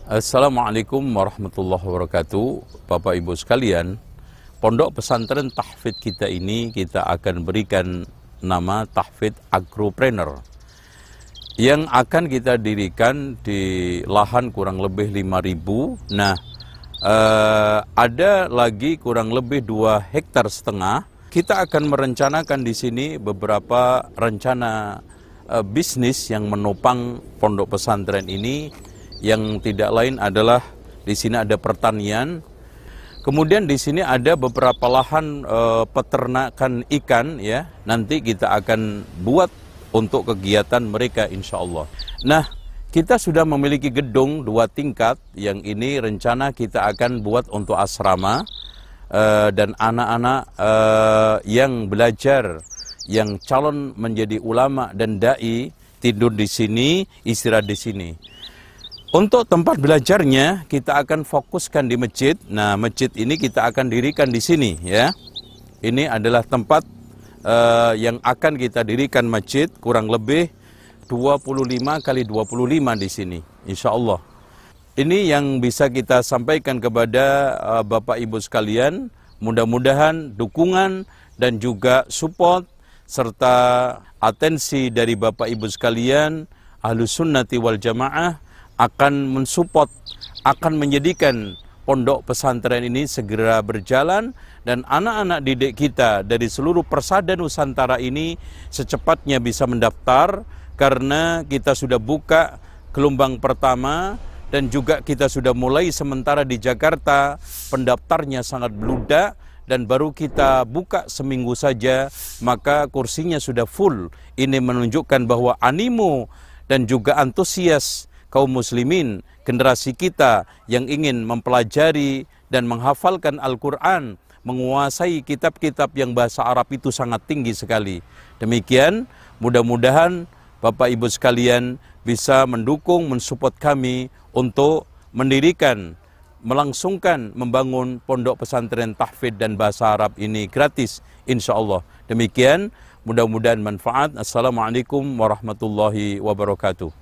Assalamualaikum warahmatullahi wabarakatuh. Bapak Ibu sekalian, pondok pesantren tahfidz kita ini kita akan berikan nama Tahfidz Agropreneur yang akan kita dirikan di lahan kurang lebih 5.000. Nah, ada lagi kurang lebih 2,5 hektar. Kita akan merencanakan di sini beberapa rencana bisnis yang menopang pondok pesantren ini, yang tidak lain adalah di sini ada pertanian. Kemudian di sini ada beberapa lahan peternakan ikan ya. Nanti kita akan buat untuk kegiatan mereka insya Allah. Nah, kita sudah memiliki gedung 2 tingkat yang ini rencana kita akan buat untuk asrama dan anak-anak yang belajar, yang calon menjadi ulama dan dai tidur di sini, istirahat di sini. Untuk tempat belajarnya kita akan fokuskan di masjid. Nah, masjid ini kita akan dirikan di sini ya. Ini adalah tempat yang akan kita dirikan masjid kurang lebih 25 kali 25 di sini insya Allah. Ini yang bisa kita sampaikan kepada Bapak Ibu sekalian. Mudah-mudahan dukungan dan juga support serta atensi dari Bapak Ibu sekalian Ahlus Sunnati wal Jamaah akan mensupport, akan menjadikan pondok pesantren ini segera berjalan dan anak-anak didik kita dari seluruh persada Nusantara ini secepatnya bisa mendaftar, karena kita sudah buka gelombang pertama dan juga kita sudah mulai sementara di Jakarta, pendaftarnya sangat bludak dan baru kita buka seminggu saja maka kursinya sudah full. Ini menunjukkan bahwa animo dan juga antusias kaum muslimin, generasi kita yang ingin mempelajari dan menghafalkan Al-Quran, menguasai kitab-kitab yang bahasa Arab itu sangat tinggi sekali. Demikian, mudah-mudahan Bapak Ibu sekalian bisa mendukung, mensupport kami untuk mendirikan, melangsungkan, membangun pondok pesantren tahfidz dan bahasa Arab ini gratis, insya Allah. Demikian, mudah-mudahan manfaat. Assalamualaikum warahmatullahi wabarakatuh.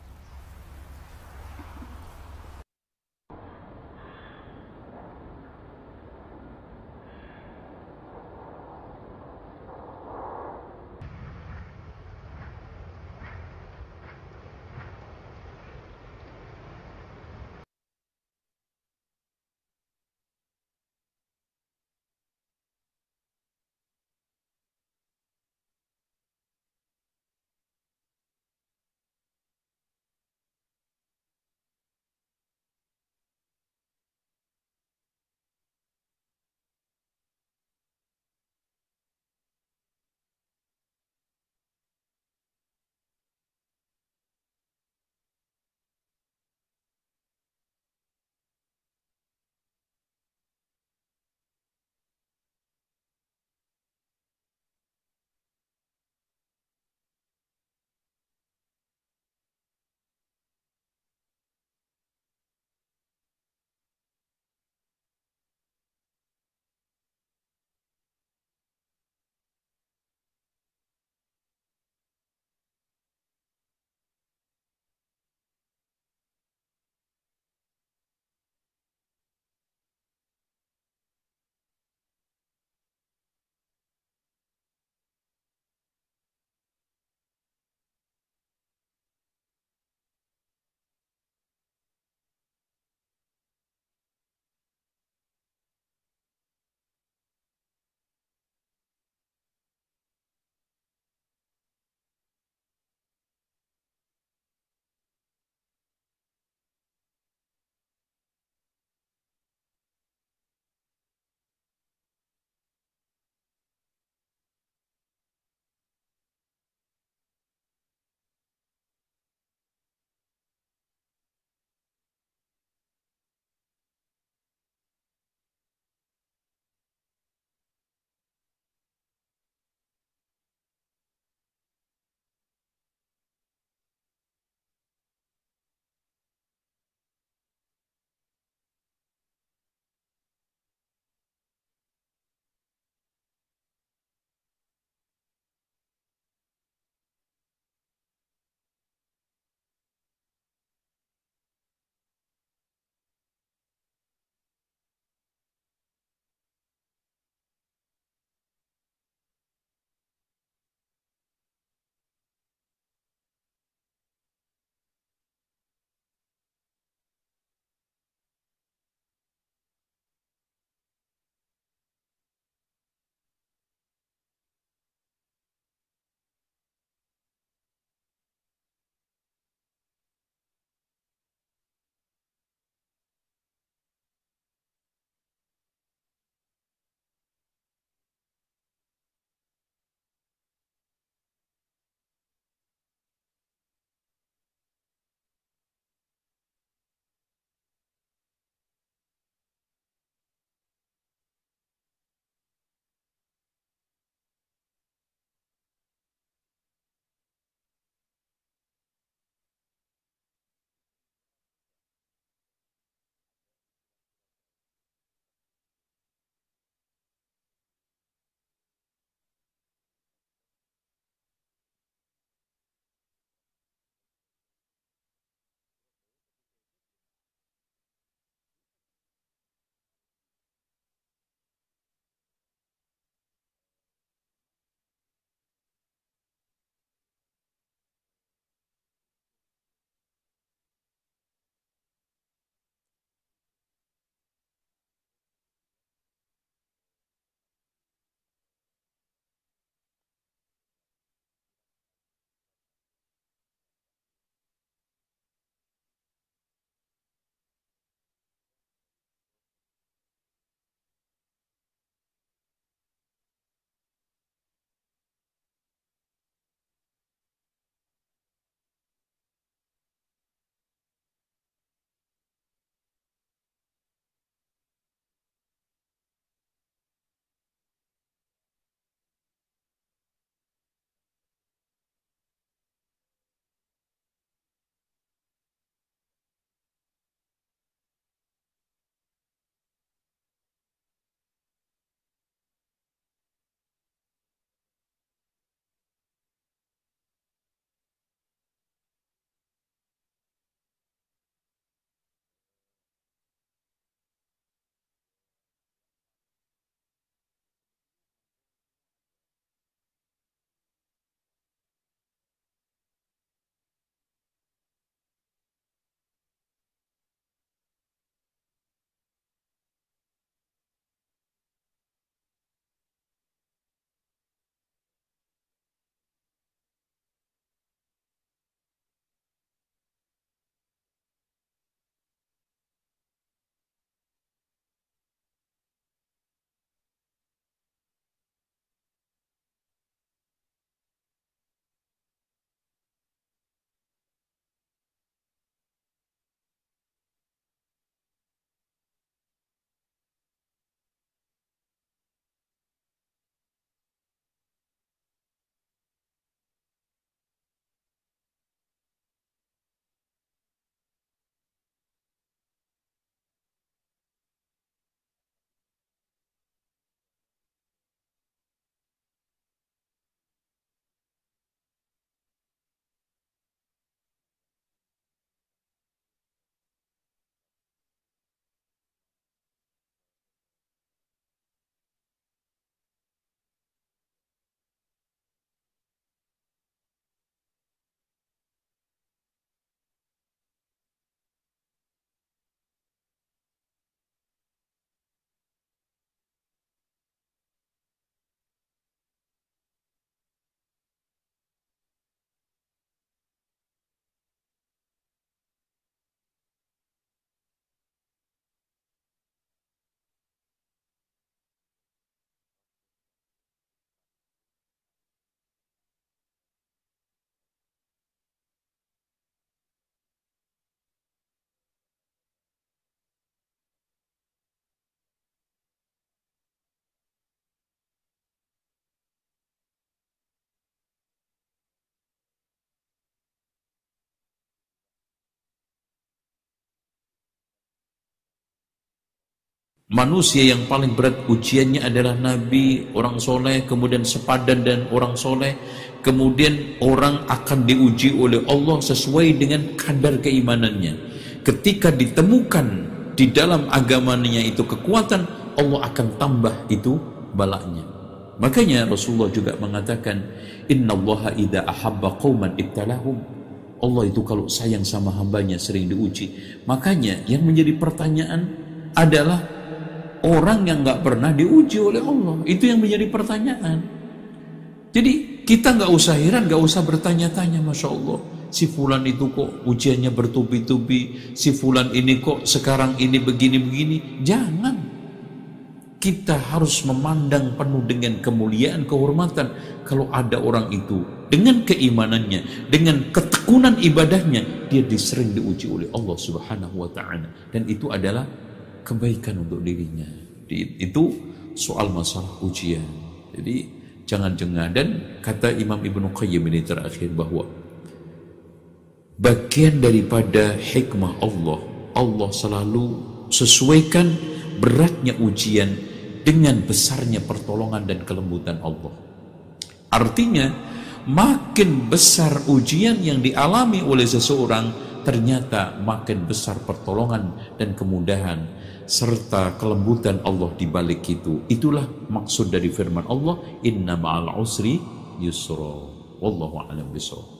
Manusia yang paling berat ujiannya adalah Nabi, orang soleh, kemudian sepadan dan orang soleh. Kemudian orang akan diuji oleh Allah sesuai dengan kadar keimanannya. Ketika ditemukan di dalam agamanya itu kekuatan, Allah akan tambah itu balaknya. Makanya Rasulullah juga mengatakan, innallaha idza ahabba qauman ibtalahum. Allah itu kalau sayang sama hambanya sering diuji. Makanya yang menjadi pertanyaan adalah orang yang nggak pernah diuji oleh Allah. Itu yang menjadi pertanyaan. Jadi kita nggak usah heran, nggak usah bertanya-tanya, Masya Allah, si fulan itu kok ujiannya bertubi-tubi, si fulan ini kok sekarang ini begini-begini. Jangan. Kita harus memandang penuh dengan kemuliaan, kehormatan. Kalau ada orang itu dengan keimanannya, dengan ketekunan ibadahnya, dia sering diuji oleh Allah Subhanahu wa Ta'ala, dan itu adalah kebaikan untuk dirinya. Itu soal masalah ujian. Jadi jangan jengah. Dan kata Imam Ibnu Qayyim ini terakhir, bahwa bagian daripada hikmah Allah, Allah selalu sesuaikan beratnya ujian dengan besarnya pertolongan dan kelembutan Allah. Artinya makin besar ujian yang dialami oleh seseorang, ternyata makin besar pertolongan dan kemudahan serta kelembutan Allah di balik itu. Itulah maksud dari firman Allah, inna ma'al usri yusra. Wallahu a'lam bishawab.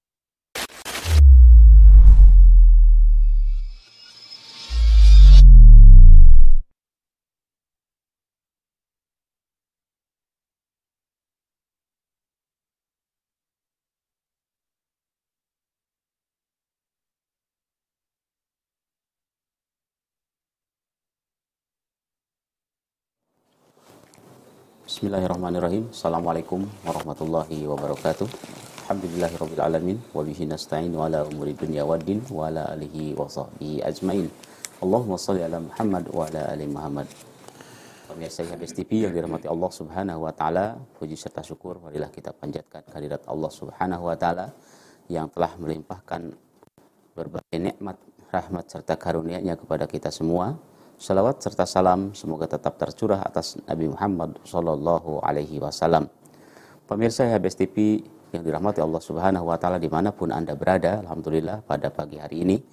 Bismillahirrahmanirrahim. Assalamualaikum warahmatullahi wabarakatuh. Alhamdulillahirabbil alamin wa bihi nasta'in wa ala umuri dunya waddin wa ala alihi wa sahbihi ajmain. Allahumma shalli ala Muhammad wa ala ali Muhammad. Pemirsa HBS TV yang dirahmati Allah Subhanahu wa taala, puji serta syukur marilah kita panjatkan kehadirat Allah Subhanahu wa taala yang telah melimpahkan berbagai nikmat, rahmat serta karunia-Nya kepada kita semua. Salawat serta salam semoga tetap tercurah atas Nabi Muhammad sallallahu alaihi wasallam. Pemirsa HBS TV yang dirahmati Allah Subhanahu wa taala dimanapun Anda berada, alhamdulillah pada pagi hari ini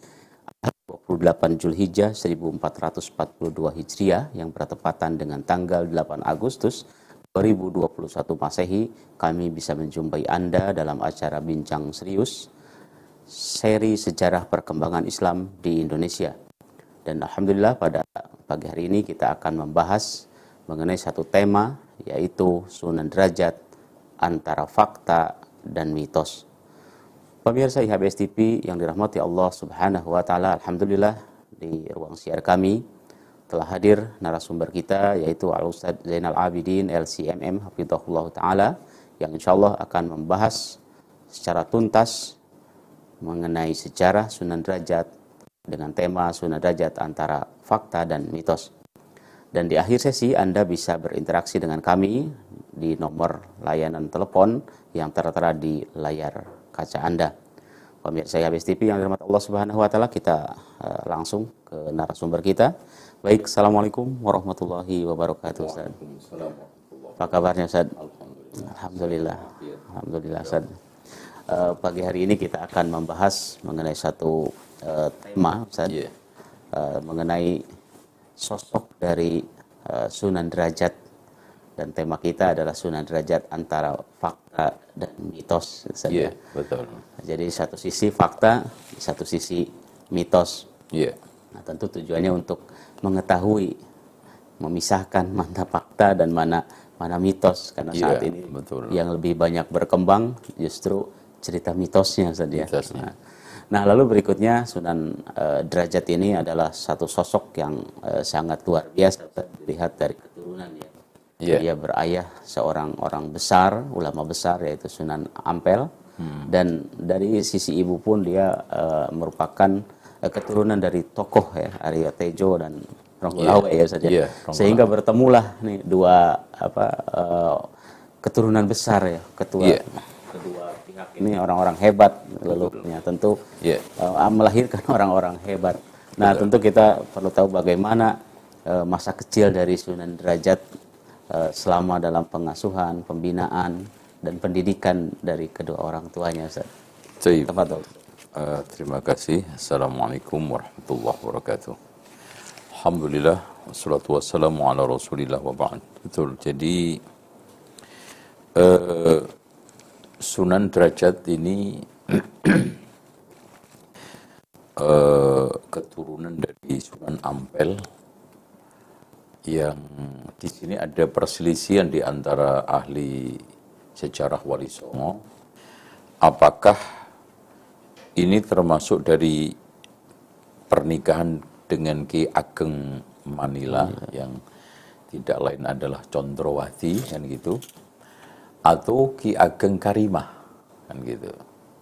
28 Zulhijjah 1442 Hijriah yang bertepatan dengan tanggal 8 Agustus 2021 Masehi, kami bisa menjumpai Anda dalam acara Bincang Serius, seri sejarah perkembangan Islam di Indonesia. Dan alhamdulillah pada pagi hari ini kita akan membahas mengenai satu tema, yaitu Sunan Derajat antara fakta dan mitos. Pemirsa IHBS TV yang dirahmati Allah Subhanahu wa taala, alhamdulillah di ruang siar kami telah hadir narasumber kita, yaitu Al-Ustadz Zainal Abidin LCMM hafizahullah taala, yang insyaallah akan membahas secara tuntas mengenai sejarah Sunan Derajat dengan tema Sunan Derajat antara fakta dan mitos. Dan di akhir sesi Anda bisa berinteraksi dengan kami di nomor layanan telepon yang tertera di layar kaca Anda. Pemirsa HBS TV yang dirahmati Allah Subhanahu wa taala, kita langsung ke narasumber kita. Baik, Assalamualaikum warahmatullahi wabarakatuh, Ustaz. Apa kabarnya, Ustaz? Alhamdulillah. Alhamdulillah, Ustaz. Pagi hari ini kita akan membahas mengenai satu tema, Ustaz, mengenai sosok dari Sunan Derajat, dan tema kita adalah Sunan Derajat antara fakta dan mitos, Ustaz. Iya, betul. Jadi satu sisi fakta, satu sisi mitos. Iya. Nah, tentu tujuannya untuk mengetahui, memisahkan mana fakta dan mana mitos, karena saat ini betul, yang lebih banyak berkembang justru cerita mitosnya, Ustaz, ya. Nah, lalu berikutnya Sunan Derajat ini adalah satu sosok yang sangat luar biasa dilihat dari keturunannya. Dia berayah seorang orang besar, ulama besar, yaitu Sunan Ampel. Dan dari sisi ibu pun dia merupakan keturunan dari tokoh, ya, Arya Tejo dan Ronggolawe, ya saja. Sehingga bertemulah nih dua keturunan besar, ya, kedua pihak ini orang-orang hebat leluhurnya, tentu melahirkan orang-orang hebat. Nah, tentu kita perlu tahu bagaimana masa kecil dari Sunan Derajat selama dalam pengasuhan, pembinaan dan pendidikan dari kedua orang tuanya, Ustaz. Tafadhol. Terima kasih. Assalamualaikum warahmatullahi wabarakatuh. Alhamdulillah wassalatu wassalamu ala Rasulillah wa ba'd. Betul. Jadi Sunan Derajat ini keturunan dari Sunan Ampel, yang di sini ada perselisihan di antara ahli sejarah Wali Songo. Apakah ini termasuk dari pernikahan dengan Ki Ageng Manila yang tidak lain adalah Condrowati kan gitu, atau Ki Ageng Karimah kan gitu.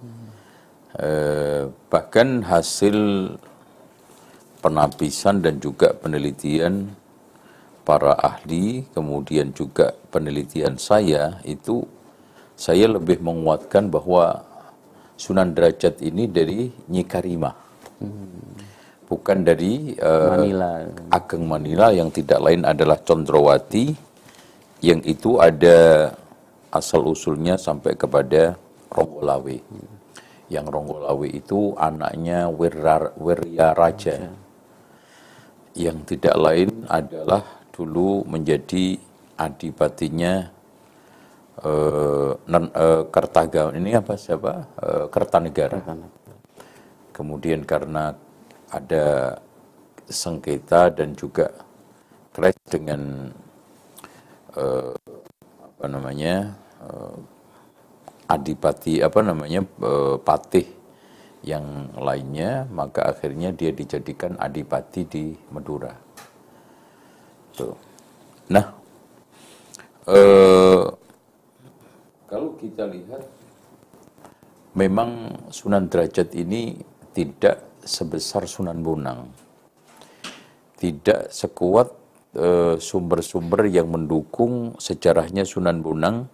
Bahkan hasil penapisan dan juga penelitian para ahli, kemudian juga penelitian saya, itu saya lebih menguatkan bahwa Sunan Derajat ini dari Nyi Karimah, bukan dari Manila. Ageng Manila yang tidak lain adalah Condrowati, yang itu ada asal-usulnya sampai kepada Ronggolawe. Yang Ronggolawe itu anaknya Wirya Raja, yang tidak lain adalah dulu menjadi adipatinya Kertanegara. Kemudian karena ada sengketa dan juga clash dengan adipati patih yang lainnya, maka akhirnya dia dijadikan adipati di Madura. Tuh. Nah, kalau kita lihat, memang Sunan Derajat ini tidak sebesar Sunan Bonang, tidak sekuat sumber-sumber yang mendukung sejarahnya Sunan Bonang,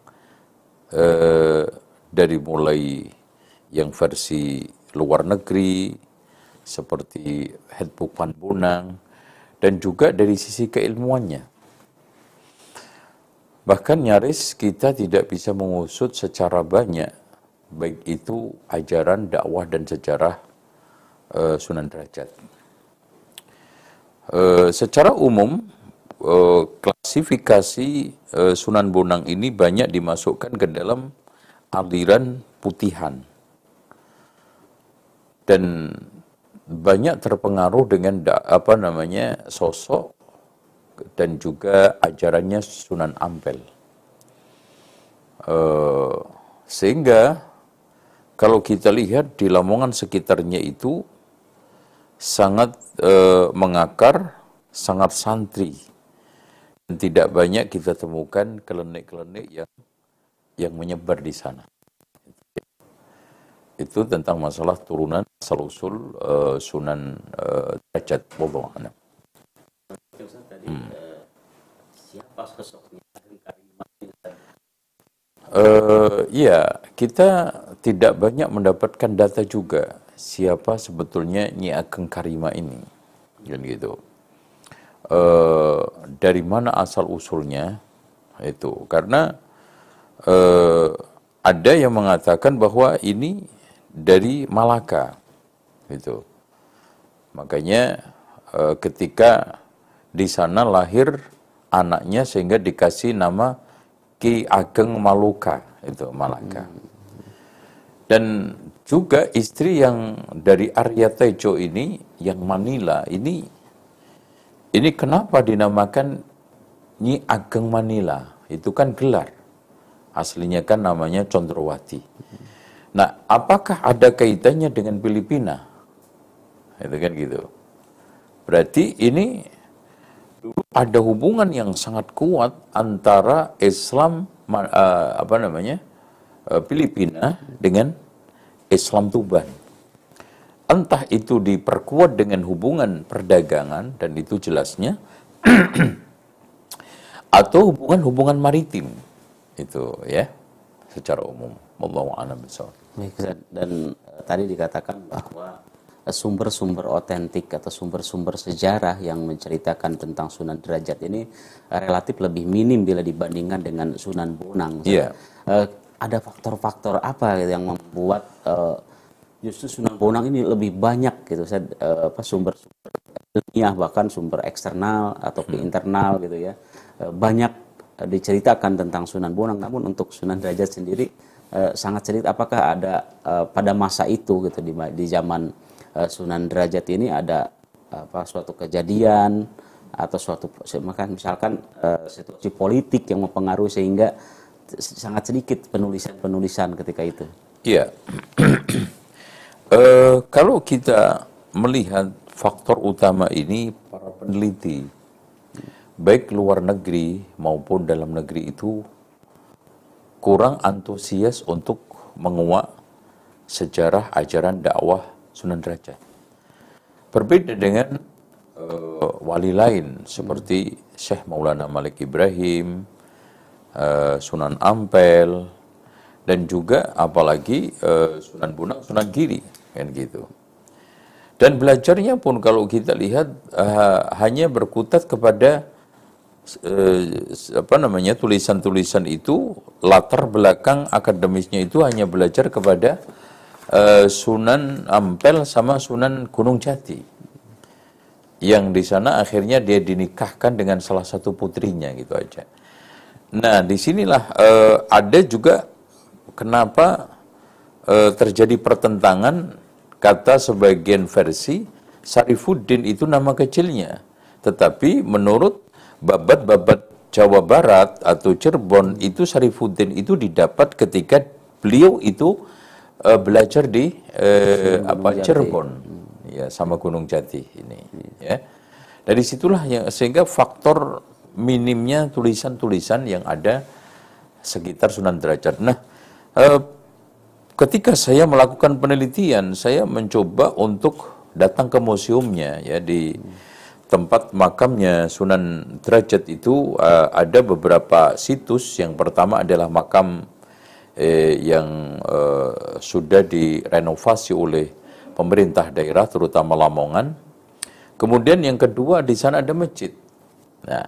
dari mulai yang versi luar negeri seperti Handbook Van Bonang, dan juga dari sisi keilmuannya. Bahkan nyaris kita tidak bisa mengusut secara banyak, baik itu ajaran, dakwah, dan sejarah Sunan Derajat. Secara umum, klasifikasi Sunan Bonang ini banyak dimasukkan ke dalam aliran putihan, dan banyak terpengaruh dengan sosok dan juga ajarannya Sunan Ampel. Sehingga kalau kita lihat di Lamongan sekitarnya itu sangat mengakar, sangat santri, dan tidak banyak kita temukan kelenik-kelenik yang menyebar di sana. Itu tentang masalah turunan asal-usul Sunan Derajat. Wallahu a'lam. Siapa sosoknya? Iya, kita tidak banyak mendapatkan data juga siapa sebetulnya Nyi Ageng Karimah ini, kan gitu. Dari mana asal usulnya itu? Karena ada yang mengatakan bahwa ini dari Malaka, gitu. Makanya ketika di sana lahir anaknya sehingga dikasih nama Ki Ageng Maluka, itu Malaka. Dan juga istri yang dari Arya Tejo ini, yang Manila, ini kenapa dinamakan Nyi Ageng Manila? Itu kan gelar. Aslinya kan namanya Condrowati. Nah, apakah ada kaitannya dengan Filipina? Itu kan gitu. Berarti ini dulu ada hubungan yang sangat kuat antara Islam Filipina dengan Islam Tuban. Entah itu diperkuat dengan hubungan perdagangan, dan itu jelasnya, atau hubungan maritim. Itu ya, secara umum. Wallahu a'lam bishawab. Dan tadi dikatakan bahwa sumber-sumber otentik atau sumber-sumber sejarah yang menceritakan tentang Sunan Derajat ini relatif lebih minim bila dibandingkan dengan Sunan Bonang. Iya. Ada faktor-faktor apa yang membuat justru Sunan Bonang ini lebih banyak gitu, sumber-sumber ilmiah, bahkan sumber eksternal atau internal gitu ya, banyak diceritakan tentang Sunan Bonang, namun untuk Sunan Derajat sendiri sangat sedikit. Apakah ada pada masa itu gitu, di zaman Sunan Derajat ini ada suatu kejadian atau suatu misalkan situasi politik yang mempengaruhi sehingga sangat sedikit penulisan ketika itu? Iya. Kalau kita melihat faktor utama ini, para peneliti baik luar negeri maupun dalam negeri itu kurang antusias untuk menguak sejarah ajaran dakwah Sunan Derajat. Berbeda dengan wali lain seperti Syekh Maulana Malik Ibrahim, Sunan Ampel, dan juga apalagi Sunan Bonang, Sunan Giri, kan gitu. Dan belajarnya pun kalau kita lihat hanya berkutat kepada tulisan-tulisan itu, latar belakang akademisnya itu hanya belajar kepada Sunan Ampel sama Sunan Gunung Jati, yang di sana akhirnya dia dinikahkan dengan salah satu putrinya gitu aja. Nah, disinilah ada juga kenapa terjadi pertentangan. Kata sebagian versi, Sarifuddin itu nama kecilnya. Tetapi menurut babat-babat Jawa Barat atau Cirebon, itu Sarifuddin itu didapat ketika beliau itu belajar di Cirebon, ya, sama Gunung Jati ini. Ya. Dari situlah sehingga faktor minimnya tulisan-tulisan yang ada sekitar Sunan Derajat. Nah, ketika saya melakukan penelitian, saya mencoba untuk datang ke museumnya, ya, di tempat makamnya Sunan Derajat itu ada beberapa situs. Yang pertama adalah makam yang sudah direnovasi oleh pemerintah daerah, terutama Lamongan. Kemudian yang kedua, di sana ada masjid. Nah,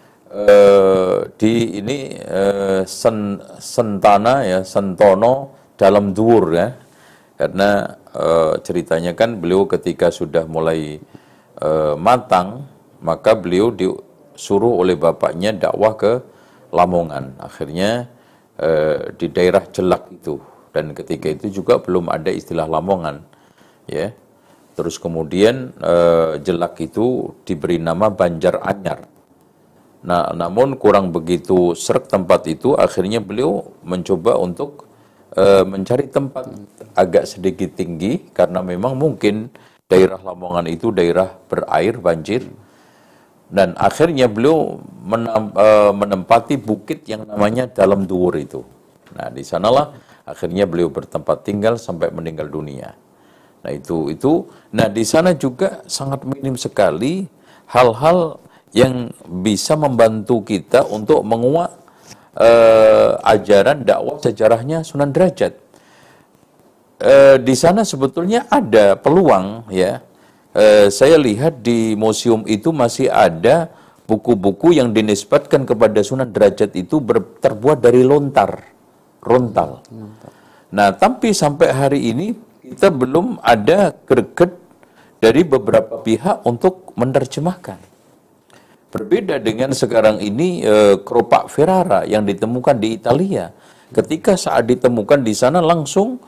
di ini Sentana, ya, Sentono dalam Dhuwur, ya, karena ceritanya kan beliau ketika sudah mulai matang, maka beliau disuruh oleh bapaknya dakwah ke Lamongan, akhirnya di daerah Jelak itu, dan ketika itu juga belum ada istilah Lamongan, ya. Terus kemudian Jelak itu diberi nama Banjar Anyar. Nah, namun kurang begitu sreg tempat itu, akhirnya beliau mencoba untuk mencari tempat agak sedikit tinggi, karena memang mungkin daerah Lamongan itu daerah berair, banjir. Dan akhirnya beliau menempati bukit yang namanya Dalam Dhuwur itu. Nah, di sanalah akhirnya beliau bertempat tinggal sampai meninggal dunia. Nah, itu. Nah, di sana juga sangat minim sekali hal-hal yang bisa membantu kita untuk menguak ajaran dakwah sejarahnya Sunan Derajat. Di sana sebetulnya ada peluang, ya. Saya lihat di museum itu masih ada buku-buku yang dinisbatkan kepada Sunan Derajat itu terbuat dari rontal. Nah, tapi sampai hari ini kita belum ada greget dari beberapa pihak untuk menerjemahkan. Berbeda dengan sekarang ini keropak Ferrara yang ditemukan di Italia. Ketika saat ditemukan di sana langsung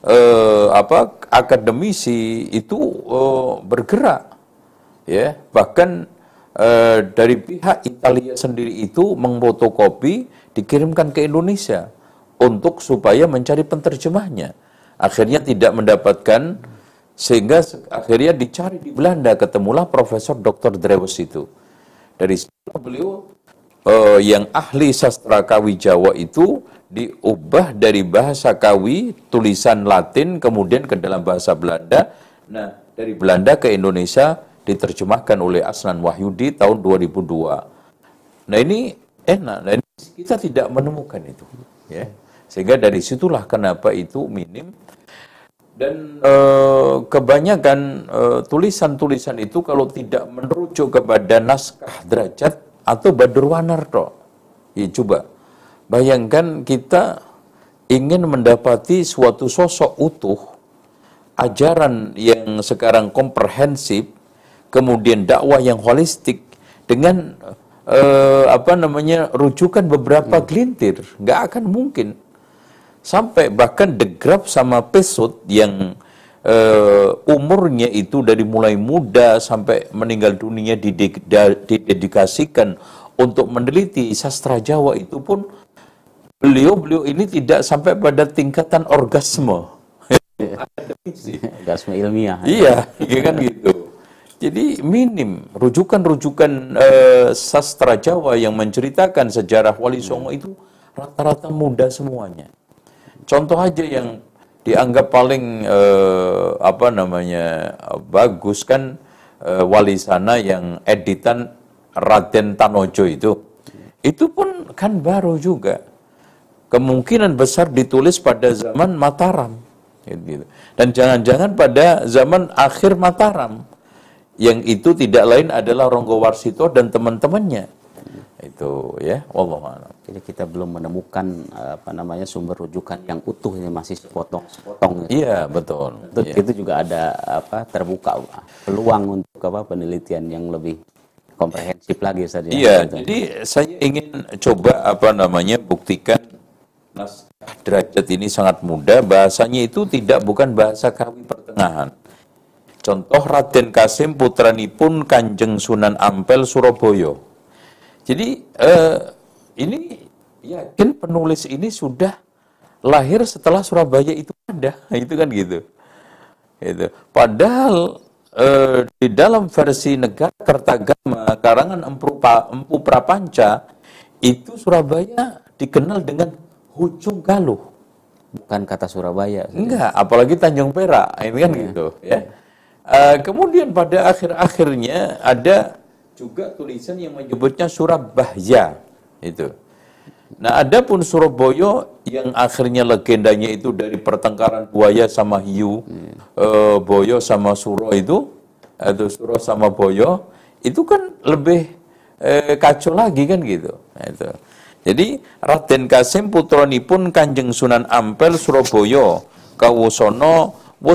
akademisi itu bergerak, ya. Bahkan dari pihak Italia sendiri itu memfotokopi, dikirimkan ke Indonesia untuk supaya mencari penterjemahnya. Akhirnya tidak mendapatkan, sehingga akhirnya dicari di Belanda, ketemulah Profesor Dr. Drewes itu. Dari situ beliau yang ahli sastra Kawi Jawa itu diubah dari bahasa Kawi, tulisan Latin, kemudian ke dalam bahasa Belanda. Nah, dari Belanda ke Indonesia diterjemahkan oleh Asnan Wahyudi tahun 2002. Nah, ini enak. Nah, ini kita tidak menemukan itu, ya. Sehingga dari situlah kenapa itu minim. Dan kebanyakan tulisan-tulisan itu kalau tidak merujuk kepada naskah derajat atau Badur Wanar toh. Ya, coba bayangkan kita ingin mendapati suatu sosok utuh, ajaran yang sekarang komprehensif, kemudian dakwah yang holistik dengan rujukan beberapa gelintir, nggak akan mungkin. Sampai bahkan The Graf sama Pesut yang umurnya itu dari mulai muda sampai meninggal dunia didedikasikan untuk meneliti sastra Jawa, itu pun beliau ini tidak sampai pada tingkatan orgasme. Orgasme ilmiah. Iya, kan gitu. Jadi minim rujukan-rujukan sastra Jawa yang menceritakan sejarah Wali Songo itu rata-rata muda semuanya. Contoh aja yang dianggap paling bagus kan Wali Sana yang editan Raden Tanojo itu pun kan baru juga. Kemungkinan besar ditulis pada zaman Mataram, gitu. Dan jangan-jangan pada zaman akhir Mataram, yang itu tidak lain adalah Ronggo Warsito dan teman-temannya. Itu ya, wallahu a'lam. Jadi kita belum menemukan sumber rujukan yang utuh, ini masih sepotong-sepotong. Iya, betul. Itu juga ada terbuka peluang untuk penelitian yang lebih komprehensif lagi saja. Iya, jadi saya ingin coba buktikan naskah derajat ini sangat mudah, bahasanya itu bukan bahasa Kawi pertengahan. Contoh Raden Kasim putranipun Kanjeng Sunan Ampel Surabaya. Jadi ini yakin penulis ini sudah lahir setelah Surabaya itu ada, itu kan gitu. Itu. Padahal di dalam versi Negara Kertagama karangan Empu Prapanca itu Surabaya dikenal dengan Hujung Galuh. Bukan kata Surabaya. Enggak, apalagi Tanjung Perak, ini kan gitu ya. Kemudian pada akhir-akhirnya ada juga tulisan yang menyebutnya Surabaya itu. Nah, ada pun Surabaya yang akhirnya legendanya itu dari pertengkaran buaya sama hiu, Boyo sama Suro itu, atau Suro sama Boyo, itu kan lebih kacau lagi kan gitu. Nah, itu. Jadi Raden Kasim putranipun Kanjeng Sunan Ampel Surabaya kawusana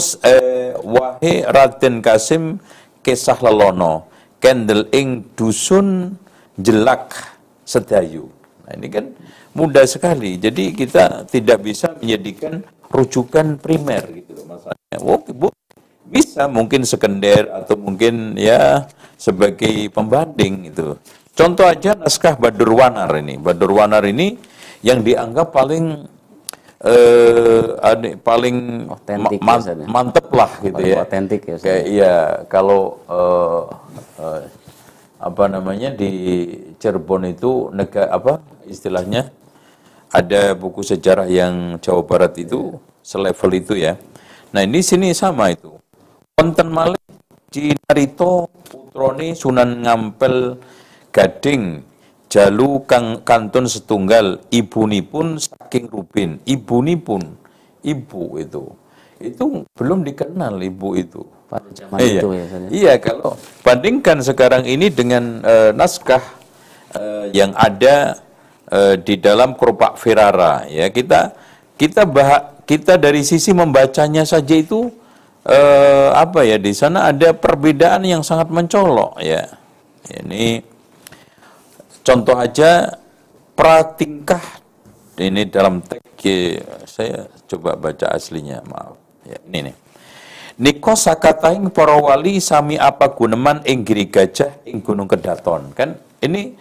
wahe Raden Kasim kesah lelono kendel ing dusun jelak sedayu. Nah, ini kan mudah sekali. Jadi kita tidak bisa menjadikan rujukan primer gitu masalahnya. Bisa mungkin sekunder atau mungkin ya sebagai pembanding itu. Contoh aja naskah Badur Wanar ini. Badur Wanar ini yang dianggap paling mantep lah gitu ya. Otentik ya. Kayak iya, kalau di Cirebon itu istilahnya ada buku sejarah yang Jawa Barat itu selevel itu ya. Nah, ini sini sama itu. Wonten malih Cinarito putrone Sunan Ngampel Gading jalu kantun setunggal ibunipun saking Rubin. Ibu itu belum dikenal ibu itu pada zaman itu ya. Iya, kalau bandingkan sekarang ini dengan naskah yang ada di dalam Kerupak Firara ya, kita dari sisi membacanya saja itu di sana ada perbedaan yang sangat mencolok ya. Ini contoh aja pratingkah ini dalam teks, saya coba baca aslinya, maaf ya, ini nih. Niko sakataing para wali sami apa guneman ing giri gajah ing gunung Kedaton. Kan ini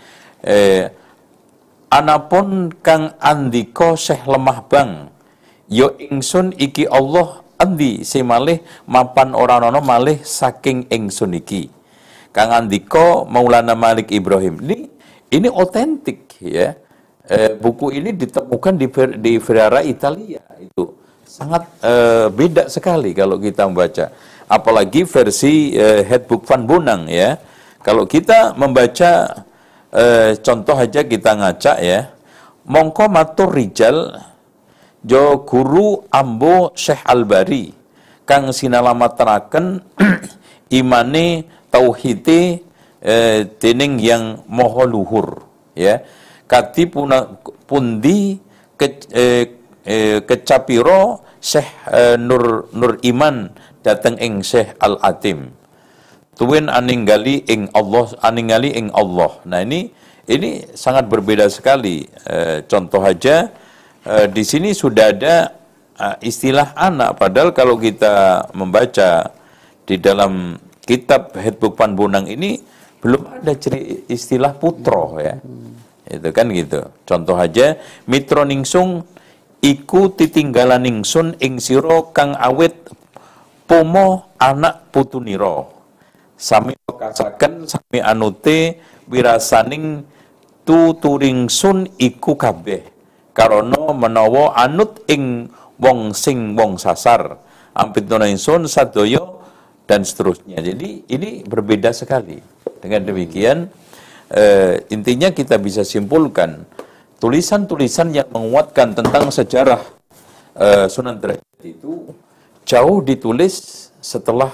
anapun kang andika Syekh lemah bang yo ingsun iki Allah andi semalih mapan ora ana malih saking ingsun iki. Kang andika Maulana Malik Ibrahim. Ini otentik ya. Buku ini ditemukan di Ferrara Italia itu. Sangat beda sekali kalau kita membaca. Apalagi versi Headbook Van Bonang ya. Kalau kita membaca contoh aja kita ngaca ya. Mongko matur rijal jo guru ambo Syekh Al-Bari kang sinalamataraken imane tauhide dening yang maha luhur, ya. Kati pundi kecapiro Syekh Nur Iman dateng ing Syekh Al Atim. Tuwin aningali ing Allah. Nah, ini sangat berbeda sekali. Contoh aja di sini sudah ada istilah anak, padahal kalau kita membaca di dalam kitab Handbook Panbunang ini belum ada istilah putro, ya. Itu kan gitu. Contoh aja, mitra ningsung iku titinggalan ningsun ing sira kang awit pomo anak putunira. Sami kasaken sami anute wirasaning tuturingsun iku kabeh. Karana menawa anut ing wong sasar. Ampituna ingsun sadaya dan seterusnya. Jadi ini berbeda sekali. Dengan demikian intinya kita bisa simpulkan tulisan-tulisan yang menguatkan tentang sejarah Sunan Derajat itu jauh ditulis setelah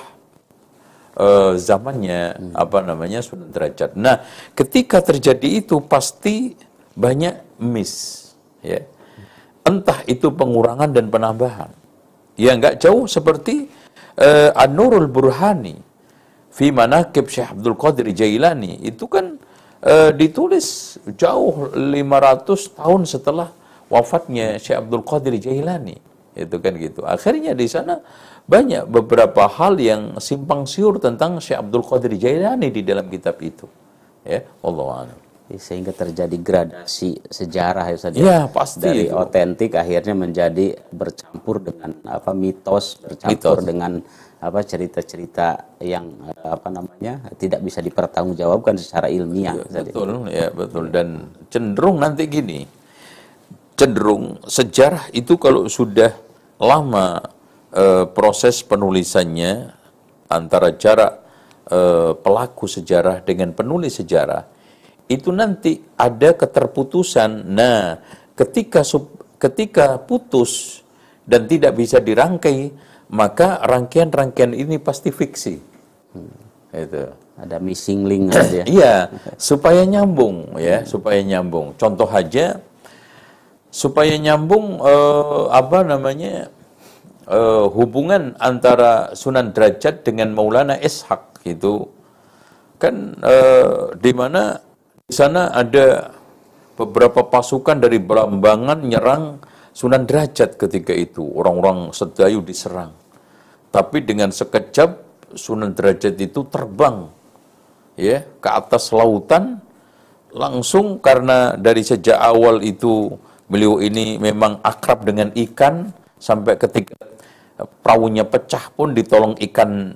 zamannya Sunan Derajat. Nah, ketika terjadi itu pasti banyak miss, ya. Entah itu pengurangan dan penambahan. Ya enggak jauh seperti An-Nurul Burhani fi manaqib Syekh Abdul Qadir Jailani, itu kan ditulis jauh 500 tahun setelah wafatnya Syekh Abdul Qadir Jailani. Itu kan gitu. Akhirnya di sana banyak beberapa hal yang simpang siur tentang Syekh Abdul Qadir Jailani di dalam kitab itu. Ya, wallahu a'lam. Sehingga terjadi gradasi sejarah ya Ustaz. Ya, pasti dari itu. otentik akhirnya menjadi bercampur dengan mitos, bercampur dengan cerita-cerita yang tidak bisa dipertanggungjawabkan secara ilmiah. Ya, betul. Dan cenderung nanti gini, cenderung sejarah itu kalau sudah lama proses penulisannya antara jarak pelaku sejarah dengan penulis sejarah, itu nanti ada keterputusan. Nah, ketika putus dan tidak bisa dirangkai, maka rangkaian-rangkaian ini pasti fiksi. Itu. Ada missing link ya. Iya, supaya nyambung, ya, supaya nyambung. Contoh aja, supaya nyambung hubungan antara Sunan Derajat dengan Maulana Ishaq itu kan di mana di sana ada beberapa pasukan dari Belambangan nyerang Sunan Derajat ketika itu. Orang-orang Sedayu diserang. Tapi dengan sekejap Sunan Derajat itu terbang, ya, ke atas lautan langsung, karena dari sejak awal itu beliau ini memang akrab dengan ikan, sampai ketika perahunya pecah pun ditolong ikan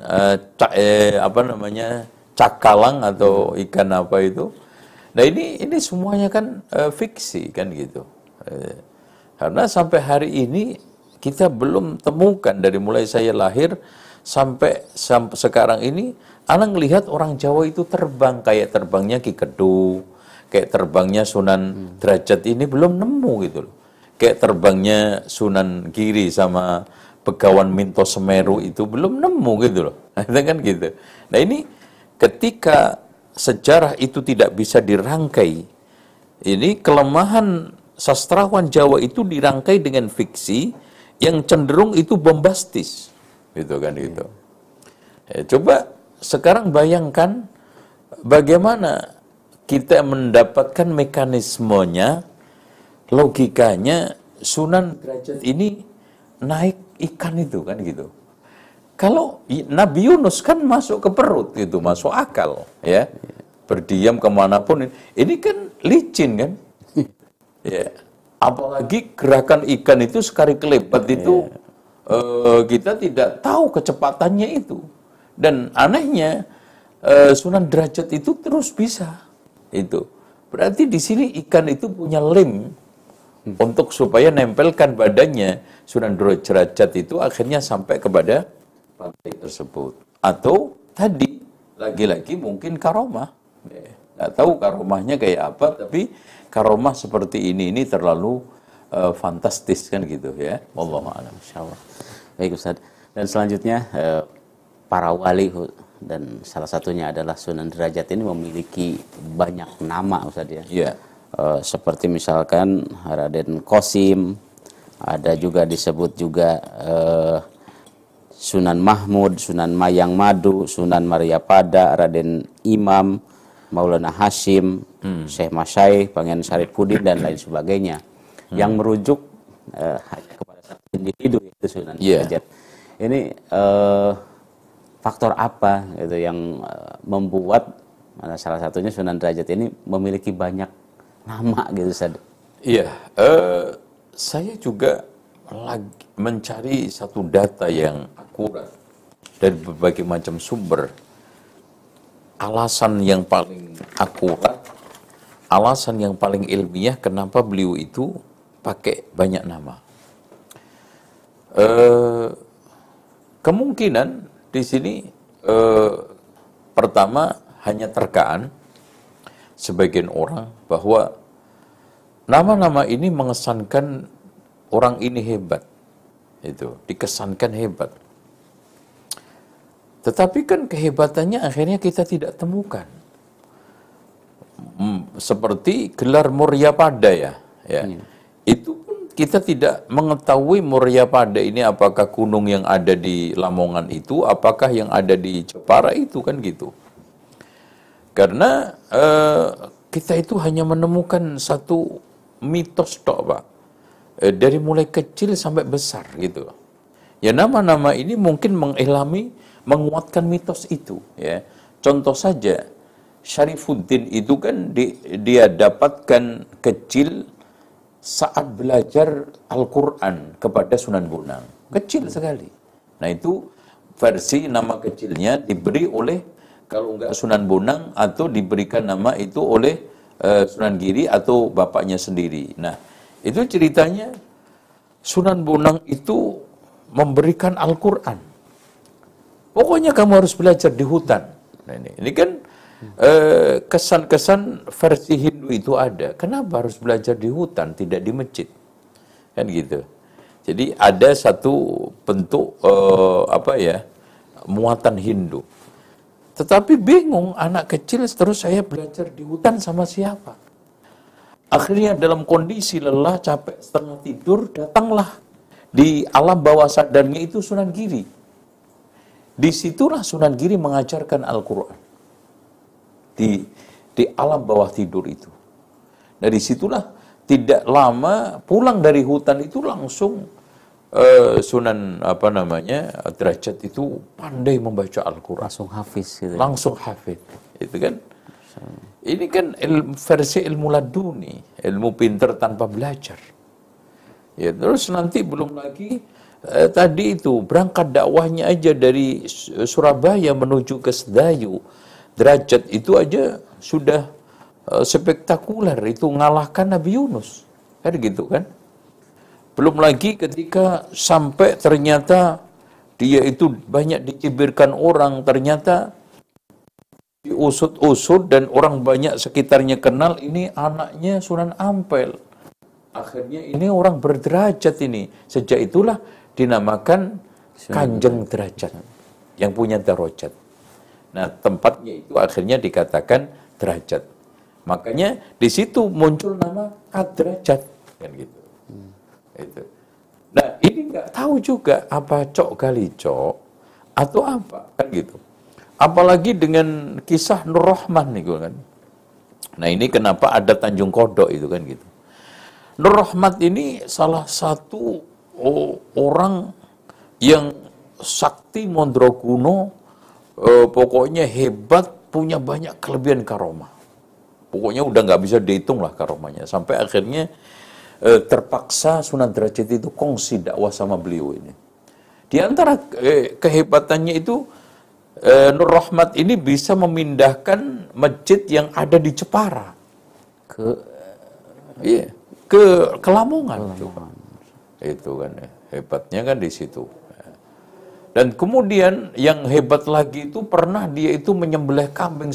cakalang atau ikan apa itu. Nah, ini semuanya kan fiksi kan gitu. Karena sampai hari ini kita belum temukan, dari mulai saya lahir sampai sekarang ini, anak ngelihat orang Jawa itu terbang kayak terbangnya Ki Kedu, kayak terbangnya Sunan Derajat ini belum nemu gitu loh. Kayak terbangnya Sunan Giri sama Begawan Minto Semeru itu belum nemu gitu loh. Itu kan gitu. Nah, ini ketika sejarah itu tidak bisa dirangkai, ini kelemahan sastrawan Jawa itu dirangkai dengan fiksi yang cenderung itu bombastis, gitu kan gitu. Ya, coba sekarang bayangkan bagaimana kita mendapatkan mekanismenya, logikanya Sunan Derajat ini naik ikan itu kan gitu. Kalau Nabi Yunus kan masuk ke perut gitu, masuk akal, ya, berdiam kemanapun. Ini kan licin kan, ya. Apalagi gerakan ikan itu sekali kelebat itu kita tidak tahu kecepatannya itu. Dan anehnya Sunan Derajat itu terus bisa itu. Berarti di sini ikan itu punya lem untuk supaya nempelkan badannya. Sunan Derajat itu akhirnya sampai kepada pantai tersebut. Atau tadi lagi-lagi mungkin karomah. Nggak tahu karomahnya kayak apa, tapi karomah seperti ini terlalu fantastis kan gitu ya. Wallahu a'lam. Insyaallah. Baik Ustaz. Dan selanjutnya para wali dan salah satunya adalah Sunan Derajat ini memiliki banyak nama Ustaz ya. Iya. Seperti misalkan Raden Qasim, ada juga disebut juga Sunan Mahmud, Sunan Mayang Madu, Sunan Maryapada, Raden Imam, Maulana Hashim, Syekh Masyai, Pangeran Syarifudin dan lain sebagainya. Yang merujuk hanya kepada satu individu yaitu Sunan Derajat. Ini faktor apa gitu yang membuat salah satunya Sunan Derajat ini memiliki banyak nama gitu Ustaz? Iya, saya juga lagi mencari satu data yang akurat dari berbagai macam sumber. Alasan yang paling akurat, alasan yang paling ilmiah kenapa beliau itu pakai banyak nama. Kemungkinan di sini pertama hanya terkaan sebagian orang bahwa nama-nama ini mengesankan orang ini hebat, itu dikesankan hebat. Tetapi kan kehebatannya akhirnya kita tidak temukan. Seperti gelar Muryapada ya. Itu pun kita tidak mengetahui Muryapada ini apakah gunung yang ada di Lamongan itu, apakah yang ada di Jepara itu, kan gitu. Karena kita itu hanya menemukan satu mitos tok, Pak. Dari mulai kecil sampai besar gitu. Ya nama-nama ini mungkin menguatkan mitos itu ya. Contoh saja Syarifuddin itu kan dia dapatkan kecil saat belajar Al-Qur'an kepada Sunan Bonang. Kecil sekali. Nah, itu versi nama kecilnya diberi oleh kalau enggak Sunan Bonang atau diberikan nama itu oleh Sunan Giri atau bapaknya sendiri. Nah, itu ceritanya Sunan Bonang itu memberikan Al-Qur'an. Pokoknya kamu harus belajar di hutan. Nah, ini kan kesan-kesan versi Hindu itu ada. Kenapa harus belajar di hutan, tidak di masjid? Kan gitu. Jadi ada satu bentuk muatan Hindu. Tetapi bingung anak kecil, terus saya belajar di hutan sama siapa? Akhirnya dalam kondisi lelah, capek, setengah tidur, datanglah di alam bawah sadarnya itu Sunan Giri. Disitulah Sunan Giri mengajarkan Al-Quran. Di alam bawah tidur itu. Dari situlah tidak lama pulang dari hutan itu langsung Sunan Derajat itu pandai membaca Al-Quran. Langsung hafiz gitu. Langsung hafiz. Itu kan. Ini kan versi ilmu laduni, ilmu pinter tanpa belajar. Ya, terus nanti belum lagi tadi itu berangkat dakwahnya aja dari Surabaya menuju ke Sedayu. Derajat itu aja sudah spektakuler, itu ngalahkan Nabi Yunus. Kan gitu kan? Belum lagi ketika sampai ternyata dia itu banyak dicibirkan orang, ternyata diusut-usut dan orang banyak sekitarnya kenal ini anaknya Sunan Ampel. Akhirnya ini orang berderajat ini. Sejak itulah dinamakan Kanjeng Derajat, yang punya darajat. Nah, tempatnya itu akhirnya dikatakan derajat. Makanya di situ muncul nama Kadrajat, kan gitu. Itu. Nah, ini nggak tahu juga apa cok kali cok atau apa, kan gitu. Apalagi dengan kisah Nur Rahman nih kan. Nah, ini kenapa ada Tanjung Kodok itu kan gitu. Nur Rahmat ini salah satu orang yang sakti Mondrokuno, pokoknya hebat, punya banyak kelebihan karomah. Pokoknya udah nggak bisa dihitung lah karomahnya. Sampai akhirnya terpaksa Sunan Derajat itu kongsi dakwah sama beliau ini. Di antara kehebatannya itu Nur Rahmat ini bisa memindahkan masjid yang ada di Jepara ke Lamongan. Itu kan hebatnya kan di situ. Dan kemudian yang hebat lagi itu pernah dia itu menyembelih kambing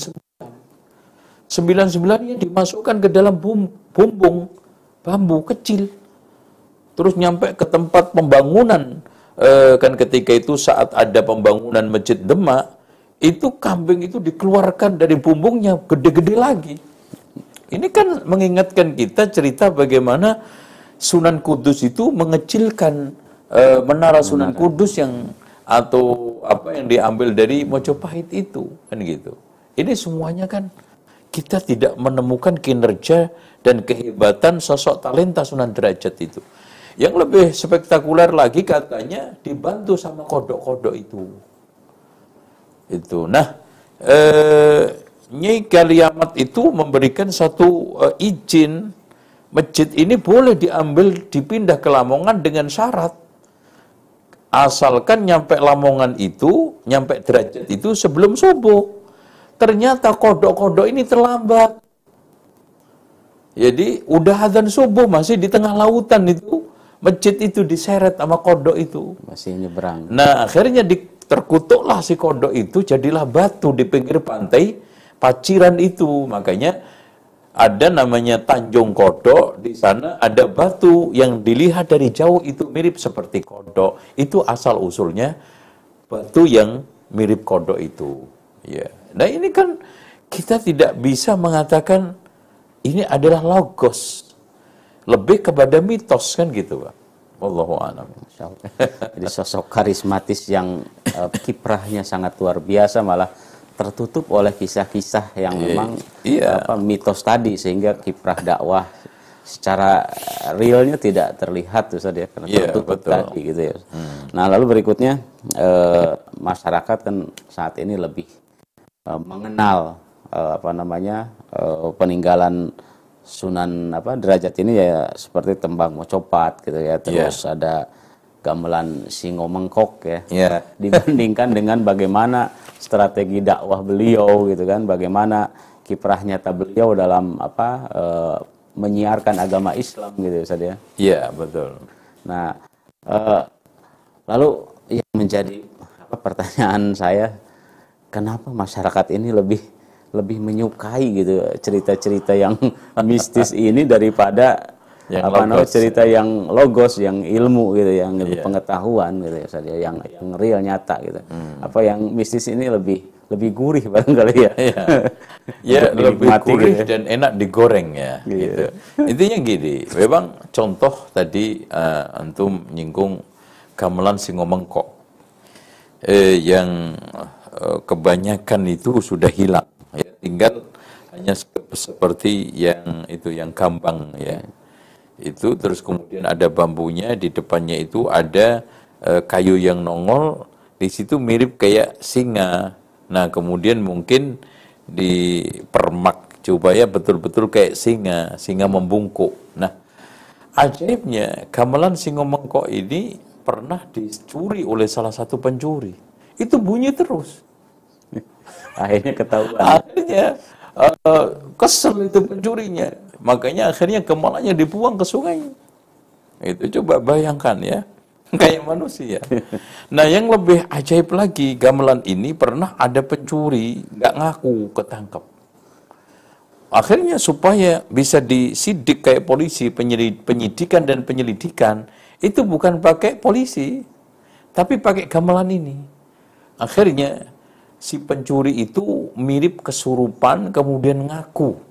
9-9-nya dimasukkan ke dalam bumbung bambu kecil. Terus nyampe ke tempat pembangunan kan ketika itu saat ada pembangunan Masjid Demak, itu kambing itu dikeluarkan dari bumbungnya gede-gede lagi. Ini kan mengingatkan kita cerita bagaimana Sunan Kudus itu mengecilkan menara Sunan Kudus yang atau apa yang diambil dari Mojopahit itu, kan gitu. Ini semuanya kan kita tidak menemukan kinerja dan kehebatan sosok talenta Sunan Derajat itu. Yang lebih spektakuler lagi katanya dibantu sama kodok-kodok itu. Nah, Nyai Kaliamat itu memberikan satu izin masjid ini boleh diambil dipindah ke Lamongan dengan syarat asalkan nyampe Lamongan itu, nyampe Derajat itu sebelum subuh. Ternyata kodok-kodok ini terlambat. Jadi udah adzan subuh masih di tengah lautan itu, masjid itu diseret sama kodok itu. Masih nyebrang. Nah, akhirnya terkutuklah si kodok itu, jadilah batu di pinggir pantai Paciran itu. Makanya ada namanya Tanjung Kodok, di sana ada batu yang dilihat dari jauh itu mirip seperti kodok. Itu asal usulnya batu yang mirip kodok itu. Ya. Nah, ini kan kita tidak bisa mengatakan ini adalah logos. Lebih kepada mitos kan gitu, Pak. Wallahu a'lam. Jadi sosok karismatis yang kiprahnya sangat luar biasa, malah tertutup oleh kisah-kisah yang memang mitos tadi, sehingga kiprah dakwah secara realnya tidak terlihat tuh saja karena tertutup tadi gitu ya. Nah, lalu berikutnya masyarakat kan saat ini lebih mengenal peninggalan Sunan Derajat ini ya seperti tembang Mocopat gitu ya, terus ada gamelan Singo Mengkok ya, dibandingkan dengan bagaimana strategi dakwah beliau gitu kan, bagaimana kiprah nyata beliau dalam menyiarkan agama Islam gitu Ustaz ya. Iya, betul. Nah, lalu yang menjadi pertanyaan saya, kenapa masyarakat ini lebih menyukai gitu cerita-cerita yang mistis ini daripada cerita yang logos, yang ilmu gitu, yang pengetahuan gitu ya, saja yang real nyata gitu. Apa yang mistis ini lebih gurih barangkali ya. Ya, lebih gurih gitu, dan enak digoreng ya. Gitu. Intinya gini, memang contoh tadi antum nyinggung gamelan Singo Mengkok yang kebanyakan itu sudah hilang. Ya, tinggal hanya seperti yang itu yang gambang ya. Itu terus kemudian ada bambunya, di depannya itu ada kayu yang nongol, di situ mirip kayak singa. Nah, kemudian mungkin dipermak supaya betul-betul kayak singa membungkuk. Nah, ajaibnya gamelan Singo Mengkok ini pernah dicuri oleh salah satu pencuri. Itu bunyi terus. Akhirnya ketahuan. Akhirnya kesel itu pencurinya. Makanya akhirnya gamelannya dibuang ke sungai. Itu coba bayangkan ya. Kayak manusia. Nah, yang lebih ajaib lagi, gamelan ini pernah ada pencuri nggak ngaku ketangkep. Akhirnya supaya bisa disidik kayak polisi, penyidikan dan penyelidikan, itu bukan pakai polisi, tapi pakai gamelan ini. Akhirnya si pencuri itu mirip kesurupan kemudian ngaku.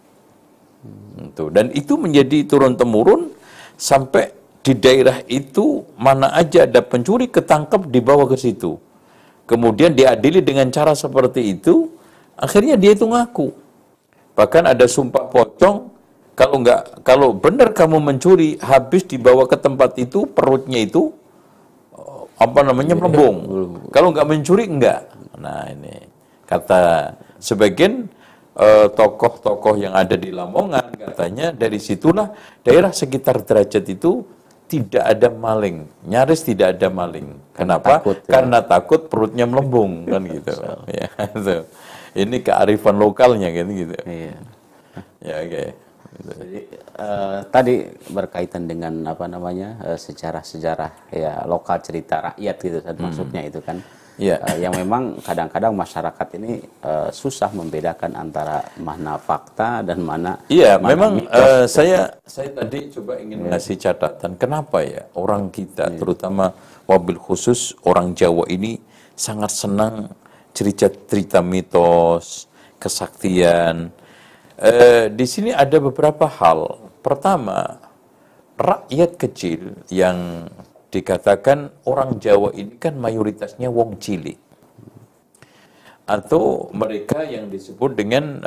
Dan itu menjadi turun-temurun sampai di daerah itu mana aja ada pencuri ketangkep dibawa ke situ. Kemudian diadili dengan cara seperti itu, akhirnya dia itu ngaku. Bahkan ada sumpah pocong, kalau benar kamu mencuri, habis dibawa ke tempat itu perutnya itu melembung. Kalau nggak mencuri enggak. Nah, ini kata sebagian tokoh-tokoh yang ada di Lamongan, katanya dari situlah daerah sekitar Derajat itu tidak ada maling, nyaris tidak ada maling. Kenapa? Takut, ya? Karena takut perutnya melembung kan gitu. Ya, itu. Ini kearifan lokalnya kan gitu. Iya. Ya, oke. Jadi tadi berkaitan dengan sejarah-sejarah ya lokal, cerita rakyat gitu maksudnya itu kan. Ya. yang memang kadang-kadang masyarakat ini susah membedakan antara mana fakta dan mana Iya, mana memang mitos. saya tadi coba ingin ngasih catatan kenapa ya orang kita, terutama wabil khusus orang Jawa ini sangat senang cerita-cerita mitos, kesaktian. Di sini ada beberapa hal. Pertama, rakyat kecil yang dikatakan orang Jawa ini kan mayoritasnya wong cilik. Atau mereka yang disebut dengan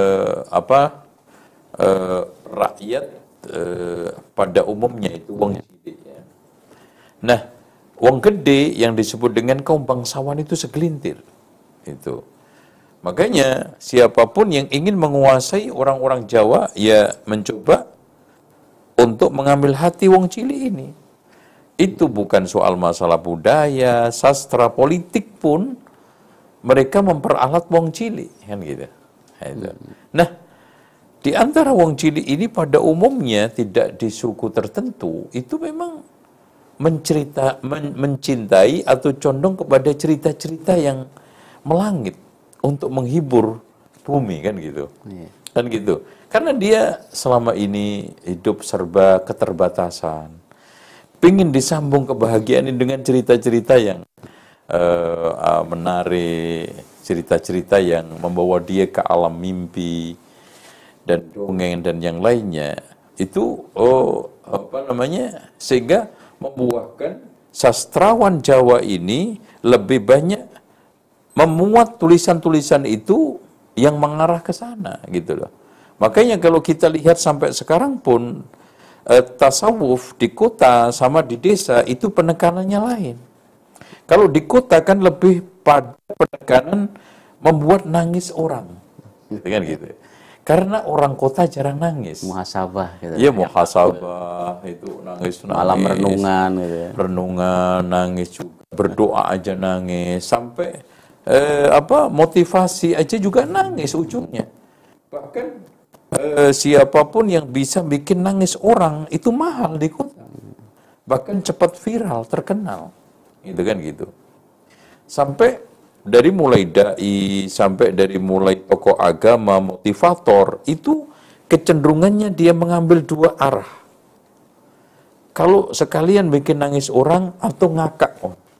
rakyat pada umumnya itu wong cilik ya. Nah, wong gede yang disebut dengan kaum bangsawan itu segelintir. Itu. Makanya siapapun yang ingin menguasai orang-orang Jawa ya mencoba untuk mengambil hati wong cilik ini. Itu bukan soal masalah budaya, sastra, politik pun mereka memperalat wong cilik kan gitu. Nah, di antara wong cilik ini pada umumnya tidak di suku tertentu itu memang mencintai atau condong kepada cerita-cerita yang melangit untuk menghibur bumi kan gitu. Kan gitu. Karena dia selama ini hidup serba keterbatasan. Pingin disambung kebahagiaan ini dengan cerita-cerita yang menarik, cerita-cerita yang membawa dia ke alam mimpi dan dongeng dan yang lainnya. Itu sehingga membuahkan sastrawan Jawa ini lebih banyak memuat tulisan-tulisan itu yang mengarah ke sana gitu loh. Makanya kalau kita lihat sampai sekarang pun tasawuf di kota sama di desa itu penekanannya lain. Kalau di kota kan lebih pada penekanan membuat nangis orang. Gitu kan gitu. Karena orang kota jarang nangis. Muhasabah gitu. Iya, muhasabah itu nangis. Malam renungan gitu ya. Renungan, nangis juga. Berdoa aja nangis sampai motivasi aja juga nangis ujungnya. Bahkan siapapun yang bisa bikin nangis orang itu mahal di kota. Bahkan cepat viral, terkenal. Gitu kan gitu. Sampai dari mulai dai, sampai dari mulai tokoh agama, motivator, itu kecenderungannya dia mengambil dua arah. Kalau sekalian bikin nangis orang atau ngakak.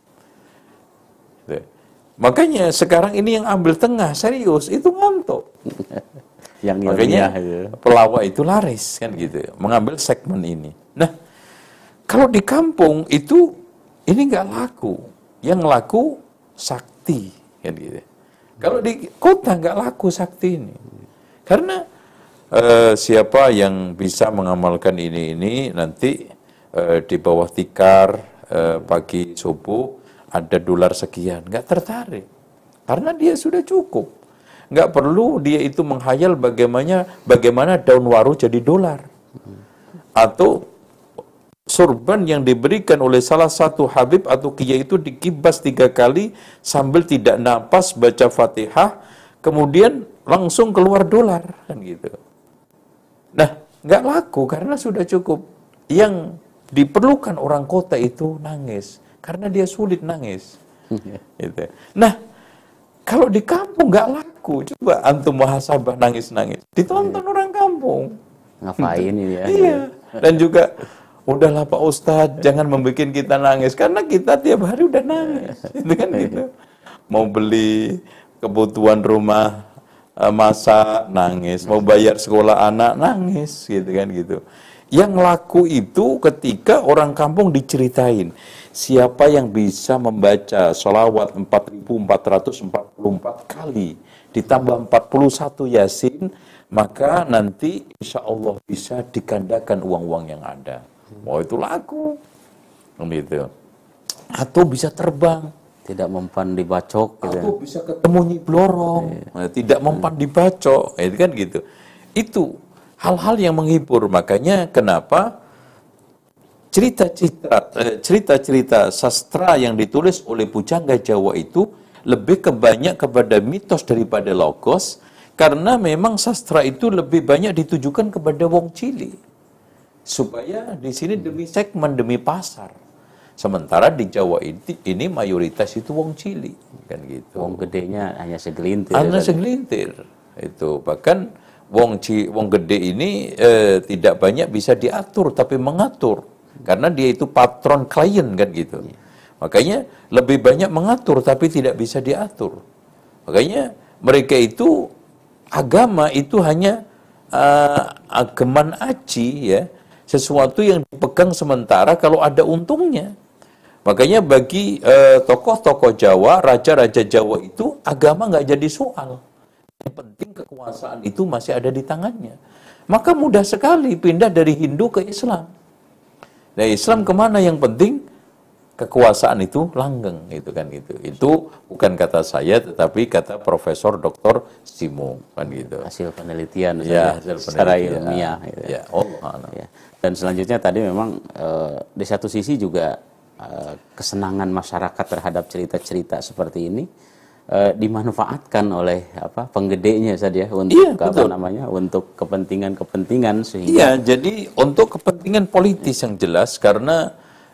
Makanya sekarang ini yang ambil tengah, serius, itu ngantuk. Makanya pelawak itu laris, kan gitu. Mengambil segmen ini. Nah, kalau di kampung itu, ini nggak laku. Yang laku, sakti. Kan gitu. Kalau di kota nggak laku sakti ini. Karena siapa yang bisa mengamalkan ini nanti di bawah tikar, pagi subuh, ada dolar sekian, nggak tertarik. Karena dia sudah cukup. Nggak perlu dia itu menghayal bagaimana daun waru jadi dolar. Atau sorban yang diberikan oleh salah satu habib atau kiai itu dikibas 3 kali sambil tidak napas baca Fatihah, kemudian langsung keluar dolar. Kan gitu. Nah, nggak laku karena sudah cukup. Yang diperlukan orang kota itu nangis. Karena dia sulit nangis. Gitu. Nah, kalau di kampung nggak laku. Coba antum muhasabah nangis-nangis. Ditonton orang kampung. Ngapain ini ya? Iya. Dan juga, udahlah Pak Ustadz, jangan membuat kita nangis. Karena kita tiap hari udah nangis. Itu kan gitu. Mau beli kebutuhan rumah, masak, nangis. Mau bayar sekolah anak, nangis. Gitu kan gitu. Yang laku itu ketika orang kampung diceritain. Siapa yang bisa membaca sholawat 4.444 kali ditambah 41 Yasin, maka nanti insya Allah bisa digandakan uang-uang yang ada. Wah, itu laku. Gitu. Atau bisa terbang. Tidak mempan dibacok. Gitu. Atau bisa ketemu Nyi Blorong. Tidak mempan dibacok. Itu kan gitu. Itu hal-hal yang menghibur. Makanya kenapa cerita-cerita sastra yang ditulis oleh pujangga Jawa itu lebih banyak kepada mitos daripada logos, karena memang sastra itu lebih banyak ditujukan kepada wong cilik. Supaya di sini demi segmen, demi pasar. Sementara di Jawa ini mayoritas itu wong cilik, kan gitu. Wong gedenya hanya segelintir. Hanya segelintir. Itu bahkan wong gede ini tidak banyak bisa diatur, tapi mengatur karena dia itu patron klien, kan gitu. Makanya lebih banyak mengatur tapi tidak bisa diatur. Makanya mereka itu agama itu hanya ageman aji, ya, sesuatu yang dipegang sementara kalau ada untungnya. Makanya bagi tokoh-tokoh Jawa, raja-raja Jawa itu agama nggak jadi soal. Yang penting kekuasaan itu masih ada di tangannya. Maka mudah sekali pindah dari Hindu ke Islam. Dari Islam kemana, yang penting kekuasaan itu langgeng, gitu kan gitu. Itu bukan kata saya, tetapi kata Profesor Dr. Simo, kan gitu. Hasil penelitian, ya, secara ilmiah. Gitu. Ya, Allah. Ya. Dan selanjutnya tadi memang di satu sisi juga kesenangan masyarakat terhadap cerita-cerita seperti ini dimanfaatkan oleh penggedenya saja untuk untuk kepentingan-kepentingan, sehingga iya, jadi untuk kepentingan politis yang jelas, karena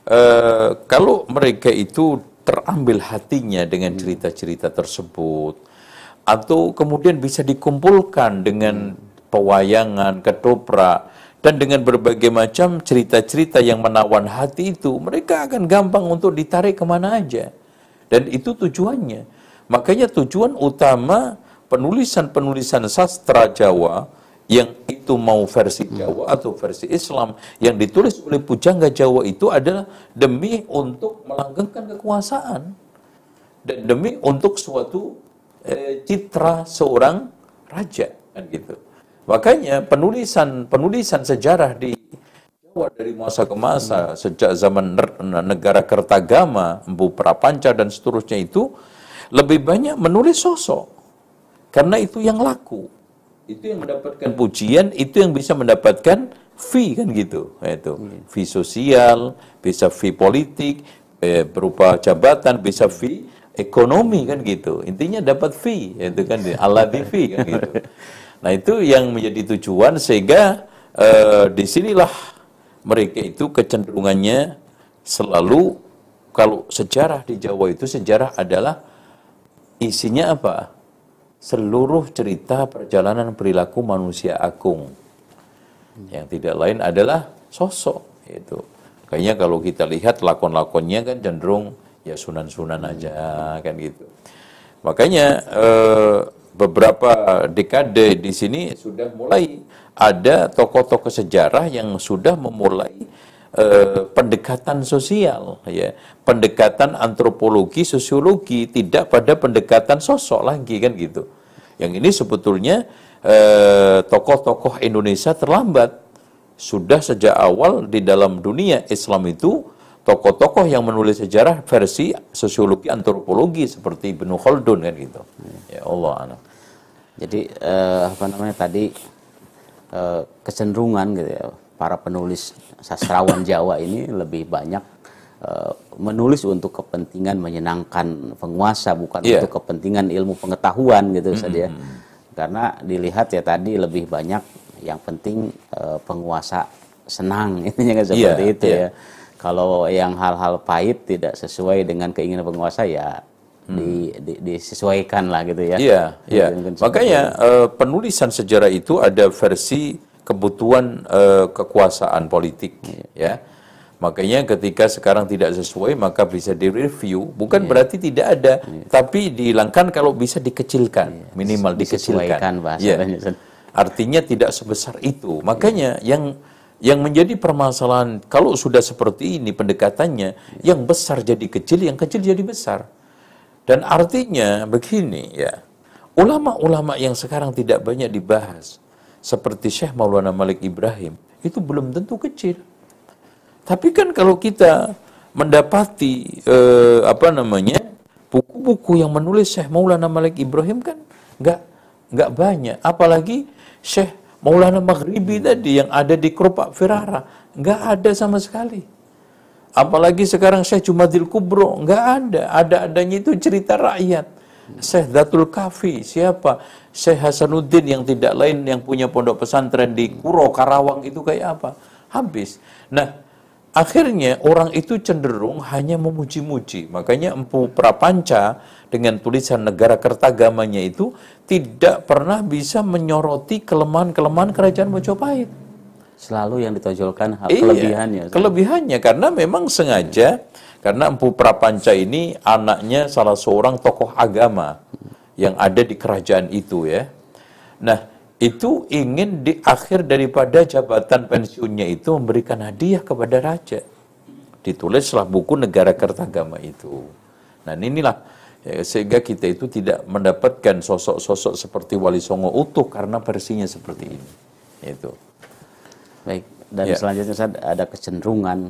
kalau mereka itu terambil hatinya dengan cerita-cerita tersebut, atau kemudian bisa dikumpulkan dengan pewayangan, ketoprak, dan dengan berbagai macam cerita-cerita yang menawan hati itu, mereka akan gampang untuk ditarik kemana aja. Dan itu tujuannya. Makanya tujuan utama penulisan-penulisan sastra Jawa, yang itu mau versi Jawa atau versi Islam, yang ditulis oleh pujangga Jawa itu adalah demi untuk melanggengkan kekuasaan dan demi untuk suatu citra seorang raja, kan gitu. Makanya penulisan sejarah di Jawa dari masa ke masa, sejak zaman negara Kertagama, Empu Prapanca dan seterusnya, itu lebih banyak menulis sosok, karena itu yang laku, itu yang mendapatkan pujian, itu yang bisa mendapatkan fee, kan gitu. Itu fee sosial, bisa fee politik berupa jabatan, bisa fee ekonomi, kan gitu. Intinya dapat fee, itu kan alladhi fee, kan gitu. Nah, itu yang menjadi tujuan, sehingga disinilah mereka itu kecenderungannya selalu, kalau sejarah di Jawa itu, sejarah adalah isinya apa? Seluruh cerita perjalanan perilaku manusia agung. Yang tidak lain adalah sosok. Itu. Kayaknya kalau kita lihat lakon-lakonnya kan cenderung ya sunan-sunan aja, kan gitu. Makanya beberapa dekade di sini sudah mulai ada tokoh-tokoh sejarah yang sudah memulai pendekatan sosial, ya, pendekatan antropologi, sosiologi, tidak pada pendekatan sosok lagi, kan gitu. Yang ini sebetulnya tokoh-tokoh Indonesia terlambat. Sudah sejak awal di dalam dunia Islam itu tokoh-tokoh yang menulis sejarah versi sosiologi, antropologi seperti Ibnu Khaldun, kan gitu. Ya Allah. Jadi tadi kecenderungan gitu ya, para penulis sastrawan Jawa ini lebih banyak menulis untuk kepentingan menyenangkan penguasa, bukan untuk kepentingan ilmu pengetahuan gitu saja. Karena dilihat ya tadi lebih banyak yang penting penguasa senang, intinya kan seperti itu ya. Kalau yang hal-hal pahit tidak sesuai dengan keinginan penguasa, ya disesuaikan lah gitu ya. Iya. Makanya penulisan sejarah itu ada versi kebutuhan kekuasaan politik, ya. Makanya ketika sekarang tidak sesuai, maka bisa direview. Bukan berarti tidak ada, tapi dihilangkan kalau bisa dikecilkan, minimal dikecilkan. Artinya tidak sebesar itu. Makanya yang menjadi permasalahan kalau sudah seperti ini pendekatannya, yang besar jadi kecil, yang kecil jadi besar. Dan artinya begini ya, ulama-ulama yang sekarang tidak banyak dibahas, seperti Syekh Maulana Malik Ibrahim, itu belum tentu kecil. Tapi kan kalau kita mendapati buku-buku yang menulis Syekh Maulana Malik Ibrahim kan nggak banyak. Apalagi Syekh Maulana Maghribi tadi yang ada di Keropak Firara, nggak ada sama sekali. Apalagi sekarang Syekh Jumadil Kubro, nggak ada. Ada-adanya itu cerita rakyat. Syekh Datul Kafi, siapa? Syekh Hasanuddin yang tidak lain yang punya pondok pesantren di Kuro, Karawang, itu kayak apa? Habis. Nah, akhirnya orang itu cenderung hanya memuji-muji. Makanya Empu Prapanca dengan tulisan Negara Kertagamanya itu tidak pernah bisa menyoroti kelemahan-kelemahan kerajaan Majapahit. Selalu yang ditonjolkan kelebihannya. Kelebihannya karena memang sengaja, karena Empu Prapanca ini anaknya salah seorang tokoh agama yang ada di kerajaan itu ya. Nah, itu ingin di akhir daripada jabatan pensiunnya itu memberikan hadiah kepada raja. Ditulislah buku Negara Kertagama itu. Nah, inilah sehingga kita itu tidak mendapatkan sosok-sosok seperti Wali Songo utuh karena versinya seperti ini. Itu. Baik, dan selanjutnya Ustaz, ada kecenderungan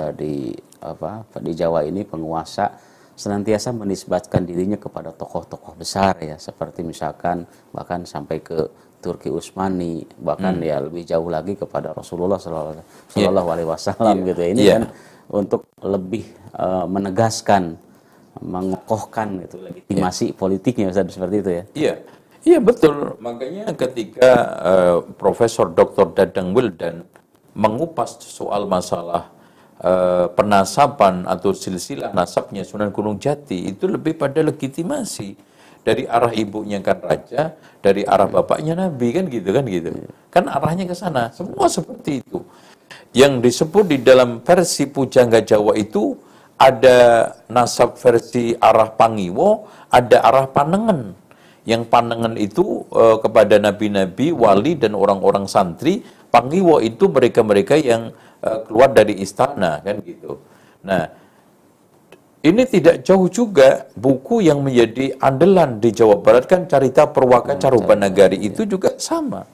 di Jawa ini penguasa senantiasa menisbatkan dirinya kepada tokoh-tokoh besar ya, seperti misalkan bahkan sampai ke Turki Utsmani, bahkan ya lebih jauh lagi kepada Rasulullah Shallallahu Alaihi Wasallam gitu ya. Ini kan untuk lebih menegaskan, mengokohkan gitu legitimasi politiknya Ustaz, seperti itu ya. Iya betul. Makanya ketika Profesor Dr. Dadang Wildan mengupas soal masalah penasaban atau silsilah nasabnya Sunan Gunung Jati, itu lebih pada legitimasi dari arah ibunya kan raja, dari arah bapaknya nabi, kan gitu. Kan arahnya ke sana. Semua seperti itu. Yang disebut di dalam versi Pujangga Jawa itu ada nasab versi arah Pangiwo, ada arah Panengen. Yang Panengen itu kepada nabi-nabi, wali dan orang-orang santri. Pangiwo itu mereka-mereka yang keluar dari istana, kan gitu. Nah, ini tidak jauh juga buku yang menjadi andalan di Jawa Barat kan Carita Perwaka Carubanagari itu juga sama.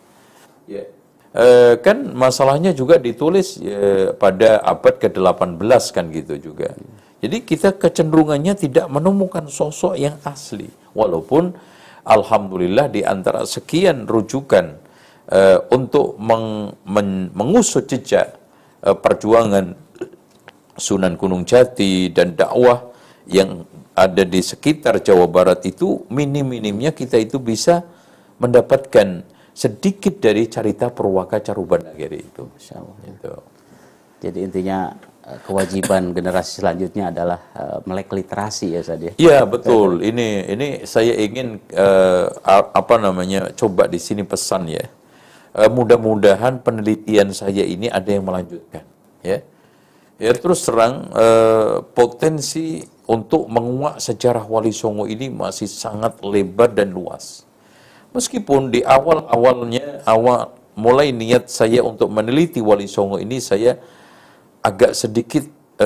Kan masalahnya juga ditulis pada abad ke-18 kan gitu juga. Jadi kita kecenderungannya tidak menemukan sosok yang asli. Walaupun alhamdulillah di antara sekian rujukan untuk mengusut jejak perjuangan Sunan Gunung Jati dan dakwah yang ada di sekitar Jawa Barat itu, minim-minimnya kita itu bisa mendapatkan sedikit dari Carita Perwaka Carubanagari itu. Masya Allah. Gitu. Jadi intinya kewajiban generasi selanjutnya adalah melek literasi ya Ustaz ya. Iya betul. Ini saya ingin coba di sini pesan ya. Mudah-mudahan penelitian saya ini ada yang melanjutkan ya. Ya terus terang potensi untuk menguak sejarah Wali Songo ini masih sangat lebar dan luas. Meskipun di mulai niat saya untuk meneliti Wali Songo ini saya agak sedikit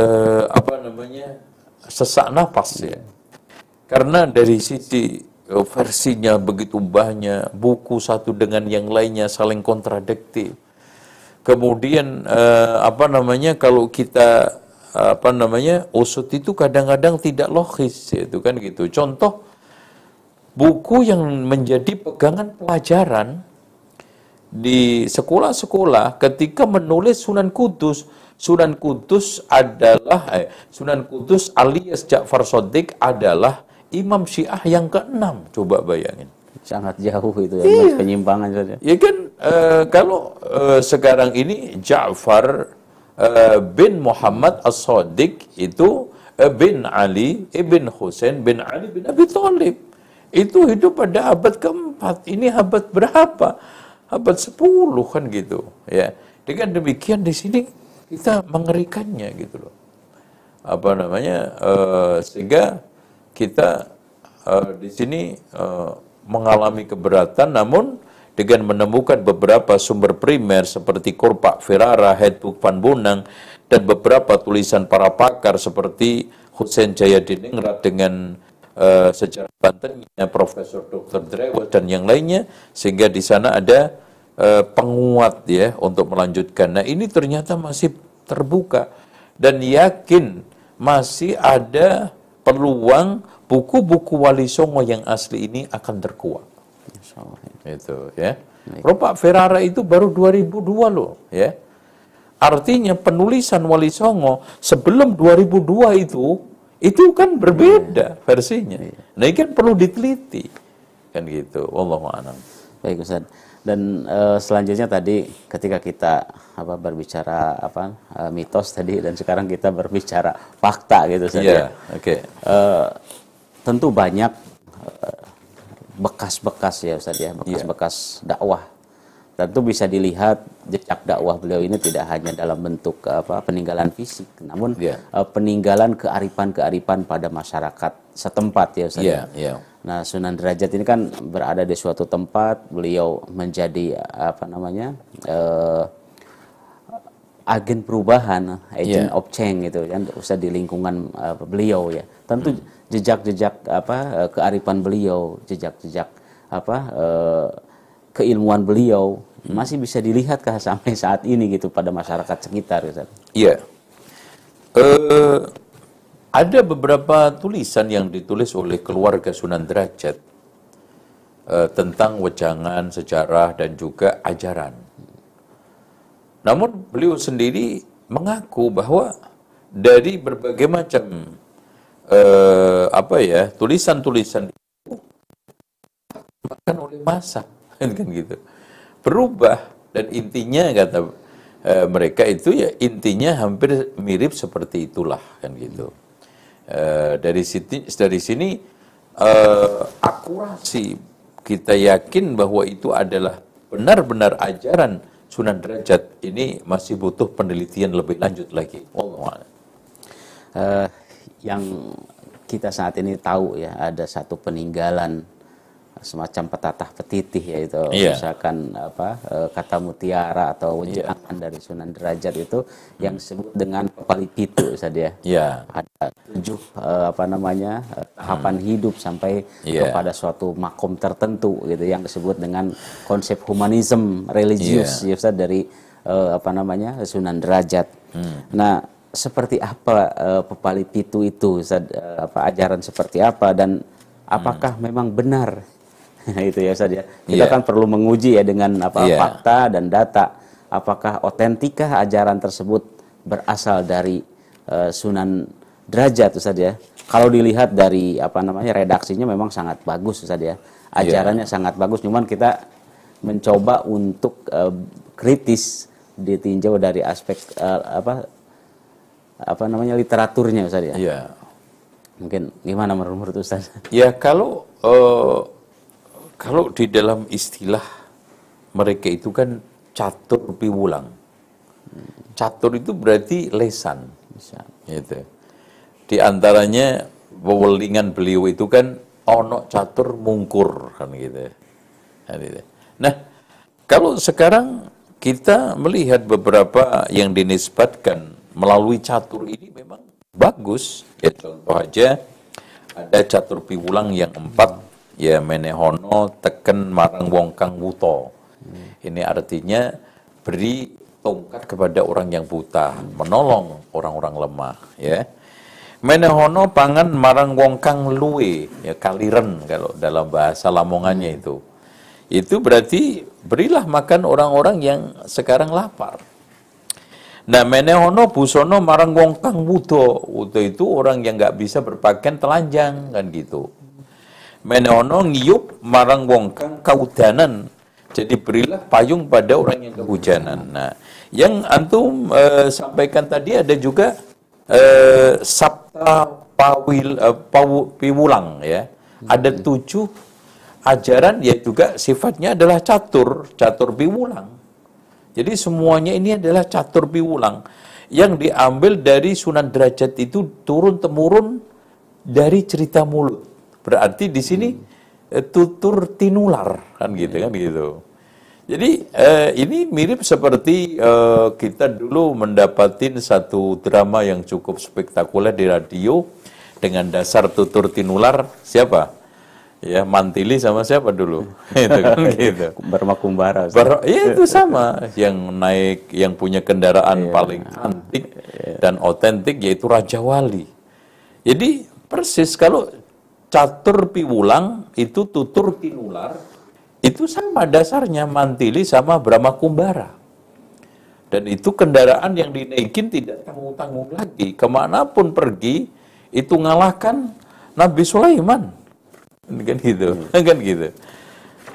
sesak napas ya. Karena dari sisi versinya begitu banyak, buku satu dengan yang lainnya saling kontradiktif. Kemudian kalau kita usut itu kadang-kadang tidak logis, itu kan gitu. Contoh buku yang menjadi pegangan pelajaran di sekolah-sekolah ketika menulis Sunan Kudus. Sunan Kudus alias Ja'far Shadiq adalah Imam Syiah yang ke-6, coba bayangin. Sangat jauh itu ya, penyimpangan saja. Ya kan, kalau sekarang ini Ja'far bin Muhammad As-Shadiq itu bin Ali ibn Husain bin Ali bin Abi Thalib. Itu hidup pada abad ke-4. Ini abad berapa? Abad 10 kan gitu. Ya. Dengan demikian di sini kita mengerikannya gitu loh. Sehingga kita di sini mengalami keberatan, namun dengan menemukan beberapa sumber primer seperti Korpak Ferrara, Hedwig van Bonang, dan beberapa tulisan para pakar seperti Hussein Jayadiningrat dengan sejarah Bantennya, Profesor Dr. Drewel dan yang lainnya, sehingga di sana ada penguat ya untuk melanjutkan. Nah ini ternyata masih terbuka dan yakin masih ada peluang buku-buku Wali Songo yang asli ini akan terkuak. Itu ya. Korpak Ferrara itu baru 2002 loh ya. Artinya penulisan Wali Songo sebelum 2002 itu kan berbeda versinya. Nah ini kan perlu diteliti kan gitu. Wallahu a'lam. Baik Ustaz. Dan selanjutnya tadi ketika kita berbicara mitos tadi, dan sekarang kita berbicara fakta gitu saja. Tentu banyak bekas-bekas ya Ustaz ya, bekas-bekas dakwah. Tentu bisa dilihat jejak dakwah beliau ini tidak hanya dalam bentuk peninggalan fisik, namun peninggalan kearifan-kearifan pada masyarakat setempat ya Ustaz. Nah, Sunan Derajat ini kan berada di suatu tempat, beliau menjadi agen perubahan, agent of change gitu kan, Ustaz, di lingkungan beliau ya. Tentu jejak-jejak kearifan beliau, jejak-jejak keilmuan beliau masih bisa dilihatkah sampai saat ini gitu pada masyarakat sekitar Ustaz? Iya. Ada beberapa tulisan yang ditulis oleh keluarga Sunan Derajat tentang wejangan, sejarah, dan juga ajaran. Namun beliau sendiri mengaku bahwa dari berbagai macam tulisan-tulisan itu bahkan oleh masa kan gitu, berubah, dan intinya kata mereka itu ya intinya hampir mirip seperti itulah kan gitu. Dari sini akurasi kita yakin bahwa itu adalah benar-benar ajaran Sunan Derajat ini masih butuh penelitian lebih lanjut lagi. Yang kita saat ini tahu ya, ada satu peninggalan semacam petatah petitih, yaitu misalkan kata mutiara atau wejangan dari Sunan Derajat itu yang disebut dengan Pepali Pitu saja. Ada 7 tahapan hidup sampai kepada suatu makom tertentu gitu, yang disebut dengan konsep humanisme religius ya Ustaz, dari Sunan Derajat. Nah, seperti apa Pepali Pitu itu Ustaz, ajaran seperti apa, dan apakah memang benar itu ya Ustaz ya. Kita kan perlu menguji ya dengan fakta dan data, apakah otentikah ajaran tersebut berasal dari Sunan Derajat Ustaz ya. Kalau dilihat dari redaksinya memang sangat bagus Ustaz ya. Ajarannya sangat bagus, cuman kita mencoba untuk kritis ditinjau dari aspek literaturnya Ustaz ya. Mungkin gimana menurut Ustaz? Ya, kalau di dalam istilah mereka itu kan catur piwulang. Catur itu berarti lesan. Gitu. Di antaranya wewelingan beliau itu kan ono catur mungkur kan gitu. Nah, kalau sekarang kita melihat beberapa yang dinisbatkan melalui catur ini memang bagus. Ya, contoh aja ada catur piwulang yang 4, ya menehono teken marang wong kang wuto. Ini artinya beri tongkat kepada orang yang buta, menolong orang-orang lemah ya. Menehono pangan marang wong kang luwe, ya kaliren kalau dalam bahasa Lamongannya itu. Itu berarti berilah makan orang-orang yang sekarang lapar. Nah, menehono busono marang wong kang wudo. Wudo itu orang yang nggak bisa berpakaian telanjang kan gitu. Menehono ngiyup marang wong kang kaudanan. Jadi berilah payung pada orang yang kehujanan. Nah, yang antum sampaikan tadi ada juga sabta piwulang ya. Ada 7 ajaran yang juga sifatnya adalah catur piwulang. Jadi semuanya ini adalah catur piwulang yang diambil dari Sunan Derajat itu turun temurun dari cerita mulut. Berarti di sini tutur tinular kan gitu kan gitu. Jadi ini mirip seperti kita dulu mendapatin satu drama yang cukup spektakuler di radio dengan dasar tutur tinular siapa? Ya, Mantili sama siapa dulu? Itu kan gitu. Burma Kumbara. Iya, itu sama. Yang naik, yang punya kendaraan paling cantik dan otentik yaitu Raja Wali. Jadi persis kalau catur piwulang itu tutur tinular, itu sama dasarnya Mantili sama Brahma Kumbara. Dan itu kendaraan yang dinaikin tidak tanggung-tanggung lagi. Kemanapun pergi, itu ngalahkan Nabi Sulaiman. Kan gitu.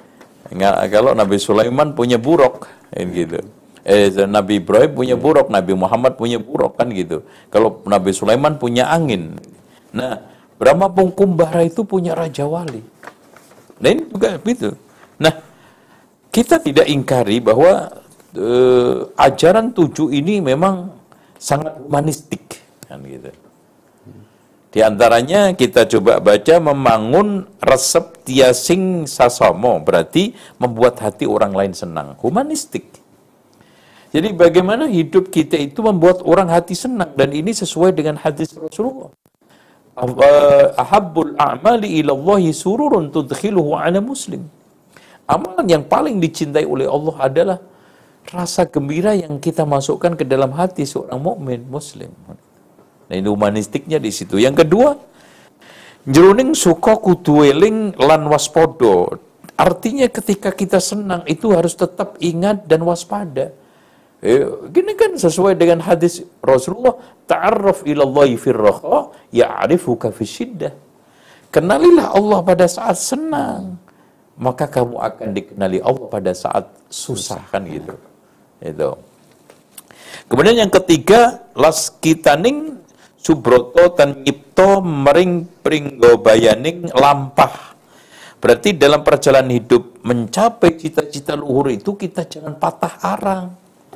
Kalau Nabi Sulaiman punya buruk, gitu. Nabi Ibrahim punya buruk, Nabi Muhammad punya buruk, kan gitu. Kalau Nabi Sulaiman punya angin. Nah, Brahma Kumbara itu punya Raja Wali. Nah, ini juga begitu. Nah, kita tidak ingkari bahwa ajaran 7 ini memang sangat humanistik, kan gitu. Di antaranya kita coba baca membangun resep tiasing sasomo, berarti membuat hati orang lain senang, humanistik. Jadi bagaimana hidup kita itu membuat orang hati senang, dan ini sesuai dengan hadis Rasulullah. Ahabbul a'mali ilallahi sururun tudkhiluhu ala muslim. Amalan yang paling dicintai oleh Allah adalah rasa gembira yang kita masukkan ke dalam hati seorang mukmin muslim. Nah, ini humanistiknya di situ. Yang kedua, jroning suka kudu eling lan waspodo. Artinya ketika kita senang itu harus tetap ingat dan waspada. Gini kan sesuai dengan hadis Rasulullah, ta'arraf ilallahi firraha ya'rifuka fisyiddah. Kenalilah Allah pada saat senang, maka kamu akan dikenali Allah pada saat susah, kan gitu. Itu. Kemudian yang ketiga, laskitaning subroto tan nyipto mering pringgo bayaning lampah. Berarti dalam perjalanan hidup mencapai cita-cita luhur itu kita jangan patah arang.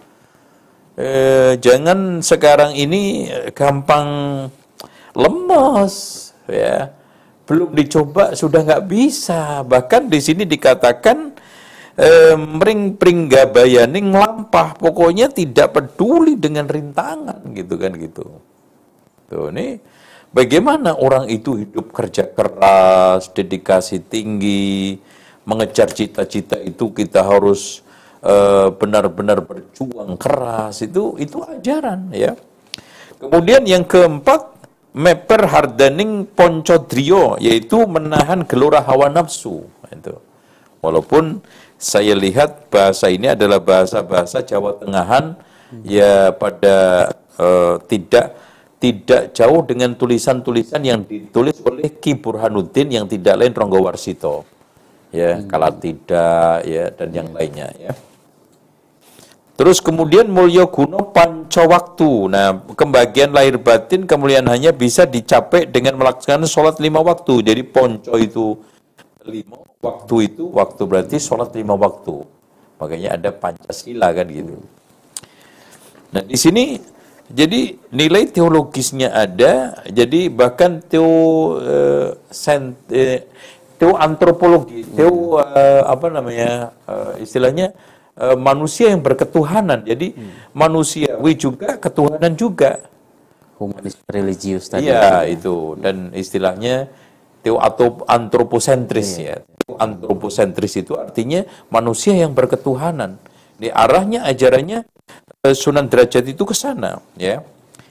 Jangan sekarang ini gampang lemes, ya. Belum dicoba sudah nggak bisa. Bahkan di sini dikatakan mering pringga bayaning lampah, pokoknya tidak peduli dengan rintangan, gitu kan gitu. Tuh, ini bagaimana orang itu hidup kerja keras, dedikasi tinggi, mengejar cita-cita itu kita harus benar-benar berjuang keras, itu ajaran, ya. Kemudian yang keempat, meper hardaning poncodrio, yaitu menahan gelora hawa nafsu. Itu. Walaupun saya lihat bahasa ini adalah bahasa Jawa Tengahan, ya pada tidak jauh dengan tulisan-tulisan yang ditulis oleh Ki Burhanuddin yang tidak lain Ronggo Warsito, ya, Kalatida, ya, dan yang lainnya, ya. Terus kemudian mulya guno panca waktu. Nah, pembagian lahir batin kemuliaan hanya bisa dicapai dengan melaksanakan sholat 5 waktu. Jadi ponco itu 5, waktu berarti sholat 5 waktu. Makanya ada Pancasila, kan gitu. Nah, di sini jadi nilai teologisnya ada. Jadi bahkan antropologi, istilahnya manusia yang berketuhanan. Jadi manusiawi juga, ketuhanan juga. Humanis religius tadi. Iya, itu. Dan istilahnya antroposentris, ya. Antroposentris itu artinya manusia yang berketuhanan. Di arahnya ajarannya Sunan Derajat itu ke sana, ya.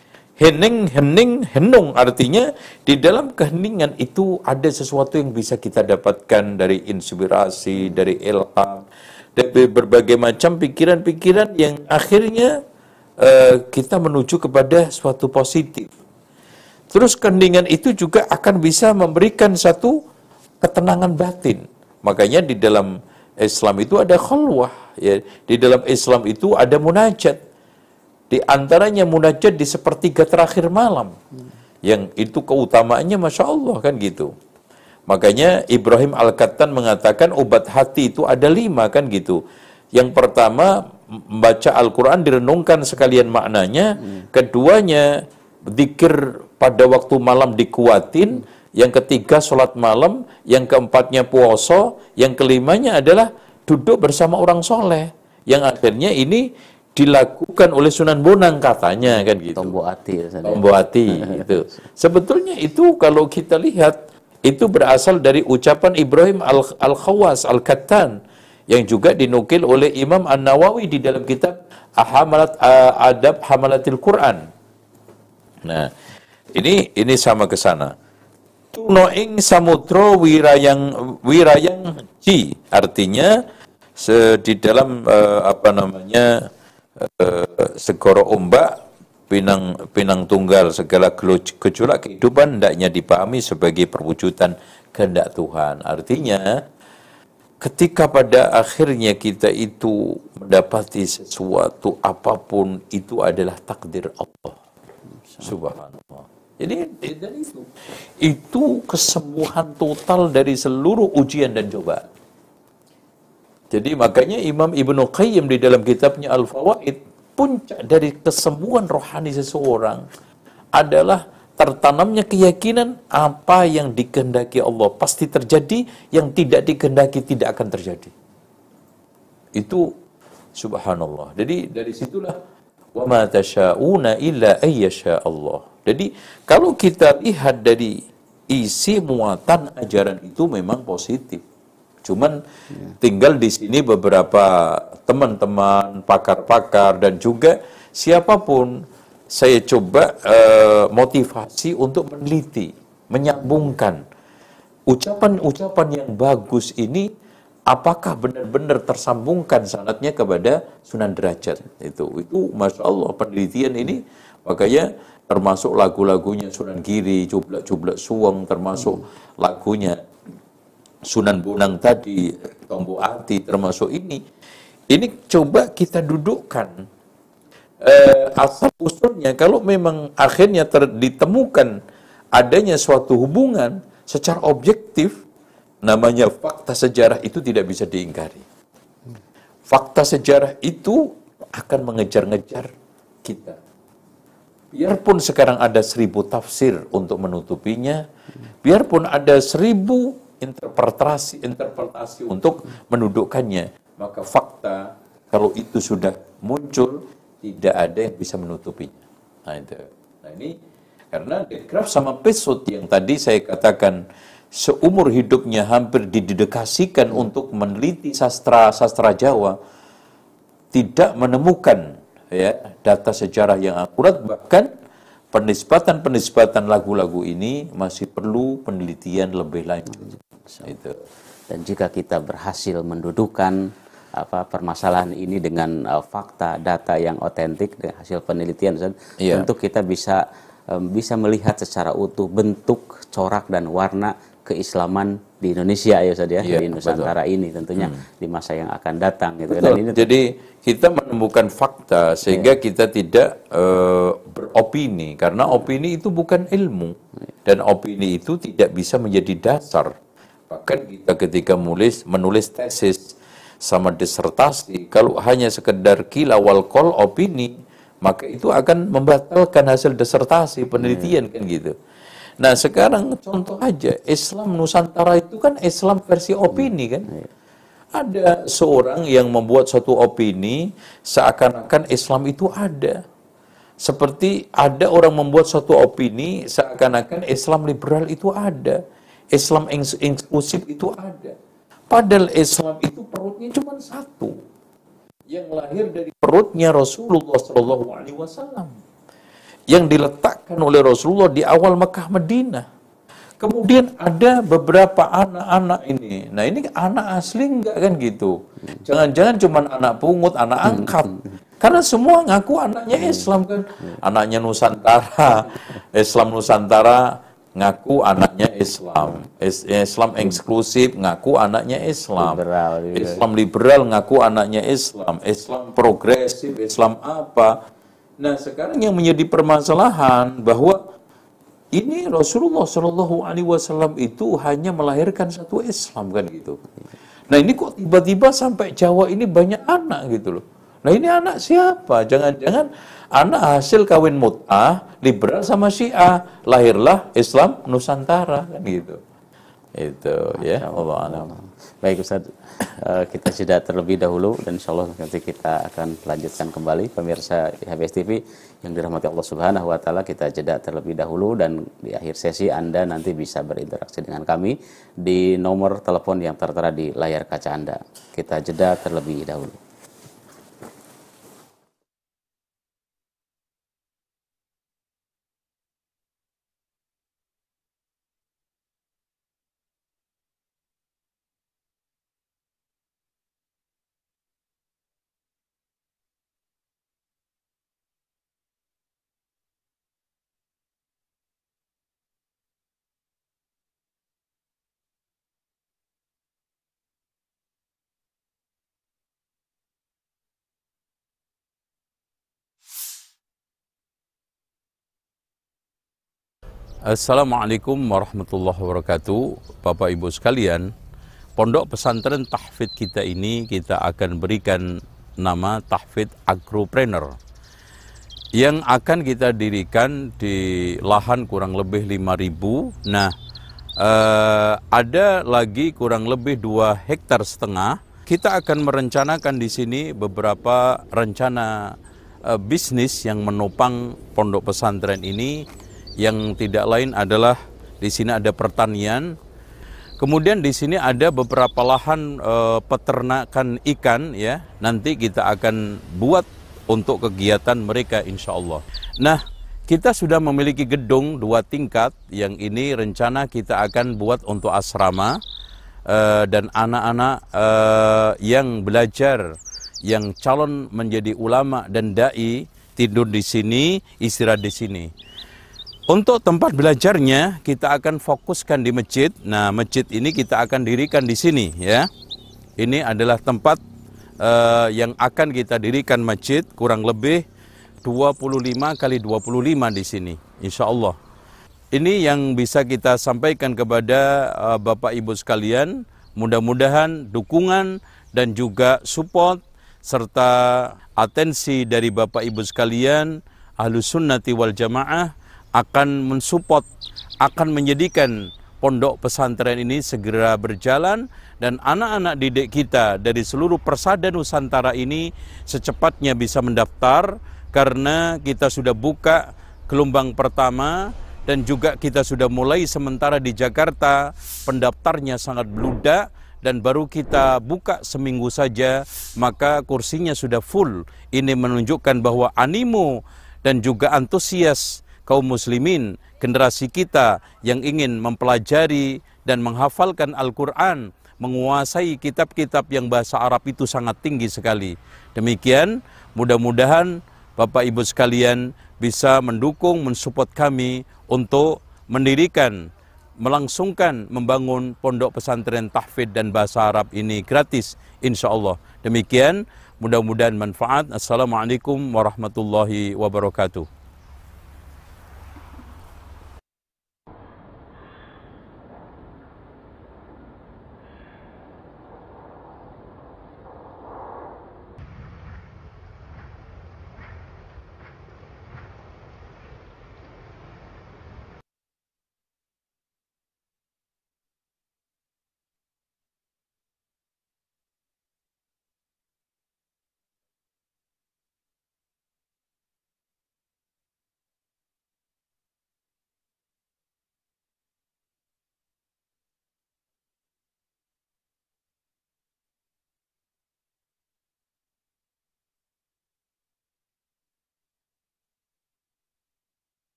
Henung artinya di dalam keheningan itu ada sesuatu yang bisa kita dapatkan dari inspirasi, dari ilham, dari berbagai macam pikiran-pikiran yang akhirnya kita menuju kepada suatu positif. Terus keheningan itu juga akan bisa memberikan satu ketenangan batin. Makanya di dalam Islam itu ada khalwah, ya. Di dalam Islam itu ada munajat. Di antaranya munajat di sepertiga terakhir malam. Yang itu keutamaannya Masya Allah, kan gitu. Makanya Ibrahim Al-Qattan mengatakan obat hati itu ada 5, kan gitu. Yang pertama, membaca Al-Quran direnungkan sekalian maknanya. Keduanya, zikir pada waktu malam dikuatin. Yang ketiga, sholat malam. Yang keempatnya, puasa. Yang kelimanya adalah duduk bersama orang soleh. Yang akhirnya ini dilakukan oleh Sunan Bonang katanya, kan gitu. Tombo hati. Tombo hati, itu. Sebetulnya itu kalau kita lihat, itu berasal dari ucapan Ibrahim Al-Khawas Al-Qattan yang juga dinukil oleh Imam An-Nawawi di dalam kitab Adab Hamalatil Quran. Nah, ini sama ke sana. Tunoing samudra wirayang ji, artinya di dalam segoro ombak pinang tunggal, segala gejolak kehidupan hendaknya dipahami sebagai perwujudan kehendak Tuhan. Artinya ketika pada akhirnya kita itu mendapati sesuatu apapun, itu adalah takdir Allah subhanallah. Jadi dari itu kesembuhan total dari seluruh ujian dan cobaan. Jadi makanya Imam Ibnu Qayyim di dalam kitabnya Al-Fawaid, puncak dari kesembuhan rohani seseorang adalah tertanamnya keyakinan apa yang dikehendaki Allah pasti terjadi, yang tidak dikehendaki tidak akan terjadi. Itu subhanallah. Jadi dari situlah wa ma tasyauna illa ayyasha Allah. Jadi kalau kita lihat dari isi muatan ajaran itu memang positif. Cuman tinggal di sini beberapa teman-teman, pakar-pakar dan juga siapapun, saya coba motivasi untuk meneliti, menyambungkan ucapan-ucapan yang bagus ini apakah benar-benar tersambungkan sanadnya kepada Sunan Derajat. Itu Masya Allah penelitian ini, makanya termasuk lagu-lagunya Sunan Giri, Cublak-Cublak Suweng, termasuk lagunya Sunan Bonang tadi, Tombo Ati, termasuk ini coba kita dudukkan asal usulnya. Kalau memang akhirnya ditemukan adanya suatu hubungan secara objektif, namanya fakta sejarah itu tidak bisa diingkari. Fakta sejarah itu akan mengejar-ngejar kita. Biarpun sekarang ada 1000 tafsir untuk menutupinya, biarpun ada 1000 interpretasi untuk menundukkannya, maka fakta kalau itu sudah muncul, tidak ada yang bisa menutupinya. Nah ini karena De Graaf sama Pessoa yang tadi saya katakan seumur hidupnya hampir didedikasikan untuk meneliti sastra Jawa, tidak menemukan data sejarah yang akurat, bahkan penisbatan lagu-lagu ini masih perlu penelitian lebih lanjut. Itu. Dan jika kita berhasil mendudukan permasalahan ini dengan fakta, data yang otentik dengan hasil penelitian, tentu kita bisa melihat secara utuh bentuk, corak dan warna keislaman di Indonesia ya Ustaz ya, di Nusantara ini tentunya di masa yang akan datang gitu. Dan ini jadi kita menemukan fakta sehingga kita tidak beropini, karena opini itu bukan ilmu dan opini itu tidak bisa menjadi dasar. Bahkan kita ketika menulis tesis sama disertasi, kalau hanya sekedar kila wal qol opini, maka itu akan membatalkan hasil disertasi penelitian kan gitu. Nah sekarang contoh aja, Islam Nusantara itu kan Islam versi opini kan. Ada seorang yang membuat suatu opini seakan-akan Islam itu ada. Seperti ada orang membuat suatu opini seakan-akan Islam liberal itu ada. Islam inklusif itu ada. Padahal Islam itu perutnya cuma satu, yang lahir dari perutnya Rasulullah SAW, yang diletakkan oleh Rasulullah di awal Mekah Madinah. Kemudian ada beberapa anak-anak ini. Nah ini anak asli enggak kan gitu. Jangan-jangan cuma anak pungut, anak angkat. Karena semua ngaku anaknya Islam kan. Anaknya Nusantara, Islam Nusantara ngaku anaknya Islam. Islam eksklusif ngaku anaknya Islam. Islam liberal ngaku anaknya Islam. Islam progresif, Islam apa. Nah sekarang yang menjadi permasalahan bahwa ini Rasulullah SAW itu hanya melahirkan satu Islam kan gitu. Nah ini kok tiba-tiba sampai Jawa ini banyak anak gitu loh. Nah ini anak siapa? Jangan-jangan anak hasil kawin mut'ah, liberal sama Syiah, lahirlah Islam Nusantara kan gitu. Itu ya Allah alam. Baik Ustaz, kita jeda terlebih dahulu dan insyaallah nanti kita akan lanjutkan kembali pemirsa IHBS TV yang dirahmati Allah Subhanahu wa taala. Kita jeda terlebih dahulu dan di akhir sesi Anda nanti bisa berinteraksi dengan kami di nomor telepon yang tertera di layar kaca Anda. Kita jeda terlebih dahulu. Assalamualaikum warahmatullahi wabarakatuh. Bapak Ibu sekalian, Pondok Pesantren Tahfidz kita ini kita akan berikan nama Tahfidz Agropreneur yang akan kita dirikan di lahan kurang lebih 5.000. Nah, ada lagi kurang lebih 2,5 hektar. Kita akan merencanakan di sini beberapa rencana bisnis yang menopang pondok pesantren ini, yang tidak lain adalah di sini ada pertanian, kemudian di sini ada beberapa lahan peternakan ikan ya. Nanti kita akan buat untuk kegiatan mereka insya Allah. Nah, kita sudah memiliki gedung 2 tingkat yang ini rencana kita akan buat untuk asrama dan anak-anak yang belajar, yang calon menjadi ulama dan dai tidur di sini, istirahat di sini. Untuk tempat belajarnya kita akan fokuskan di masjid. Nah, masjid ini kita akan dirikan di sini ya. Ini adalah tempat yang akan kita dirikan masjid kurang lebih 25 kali 25 di sini, insya Allah. Ini yang bisa kita sampaikan kepada Bapak Ibu sekalian. Mudah-mudahan dukungan dan juga support serta atensi dari Bapak Ibu sekalian Ahlus Sunnati wal Jamaah akan mensupport, akan menjadikan pondok pesantren ini segera berjalan, dan anak-anak didik kita dari seluruh persada Nusantara ini secepatnya bisa mendaftar, karena kita sudah buka gelombang pertama dan juga kita sudah mulai sementara di Jakarta. Pendaftarnya sangat bludak dan baru kita buka seminggu saja maka kursinya sudah full. Ini menunjukkan bahwa animo dan juga antusias kaum muslimin, generasi kita yang ingin mempelajari dan menghafalkan Al-Quran, menguasai kitab-kitab yang bahasa Arab itu sangat tinggi sekali. Demikian, mudah-mudahan Bapak Ibu sekalian bisa mendukung, mensupport kami untuk mendirikan, melangsungkan, membangun pondok pesantren tahfidz dan bahasa Arab ini gratis, insya Allah. Demikian, mudah-mudahan manfaat. Assalamualaikum warahmatullahi wabarakatuh.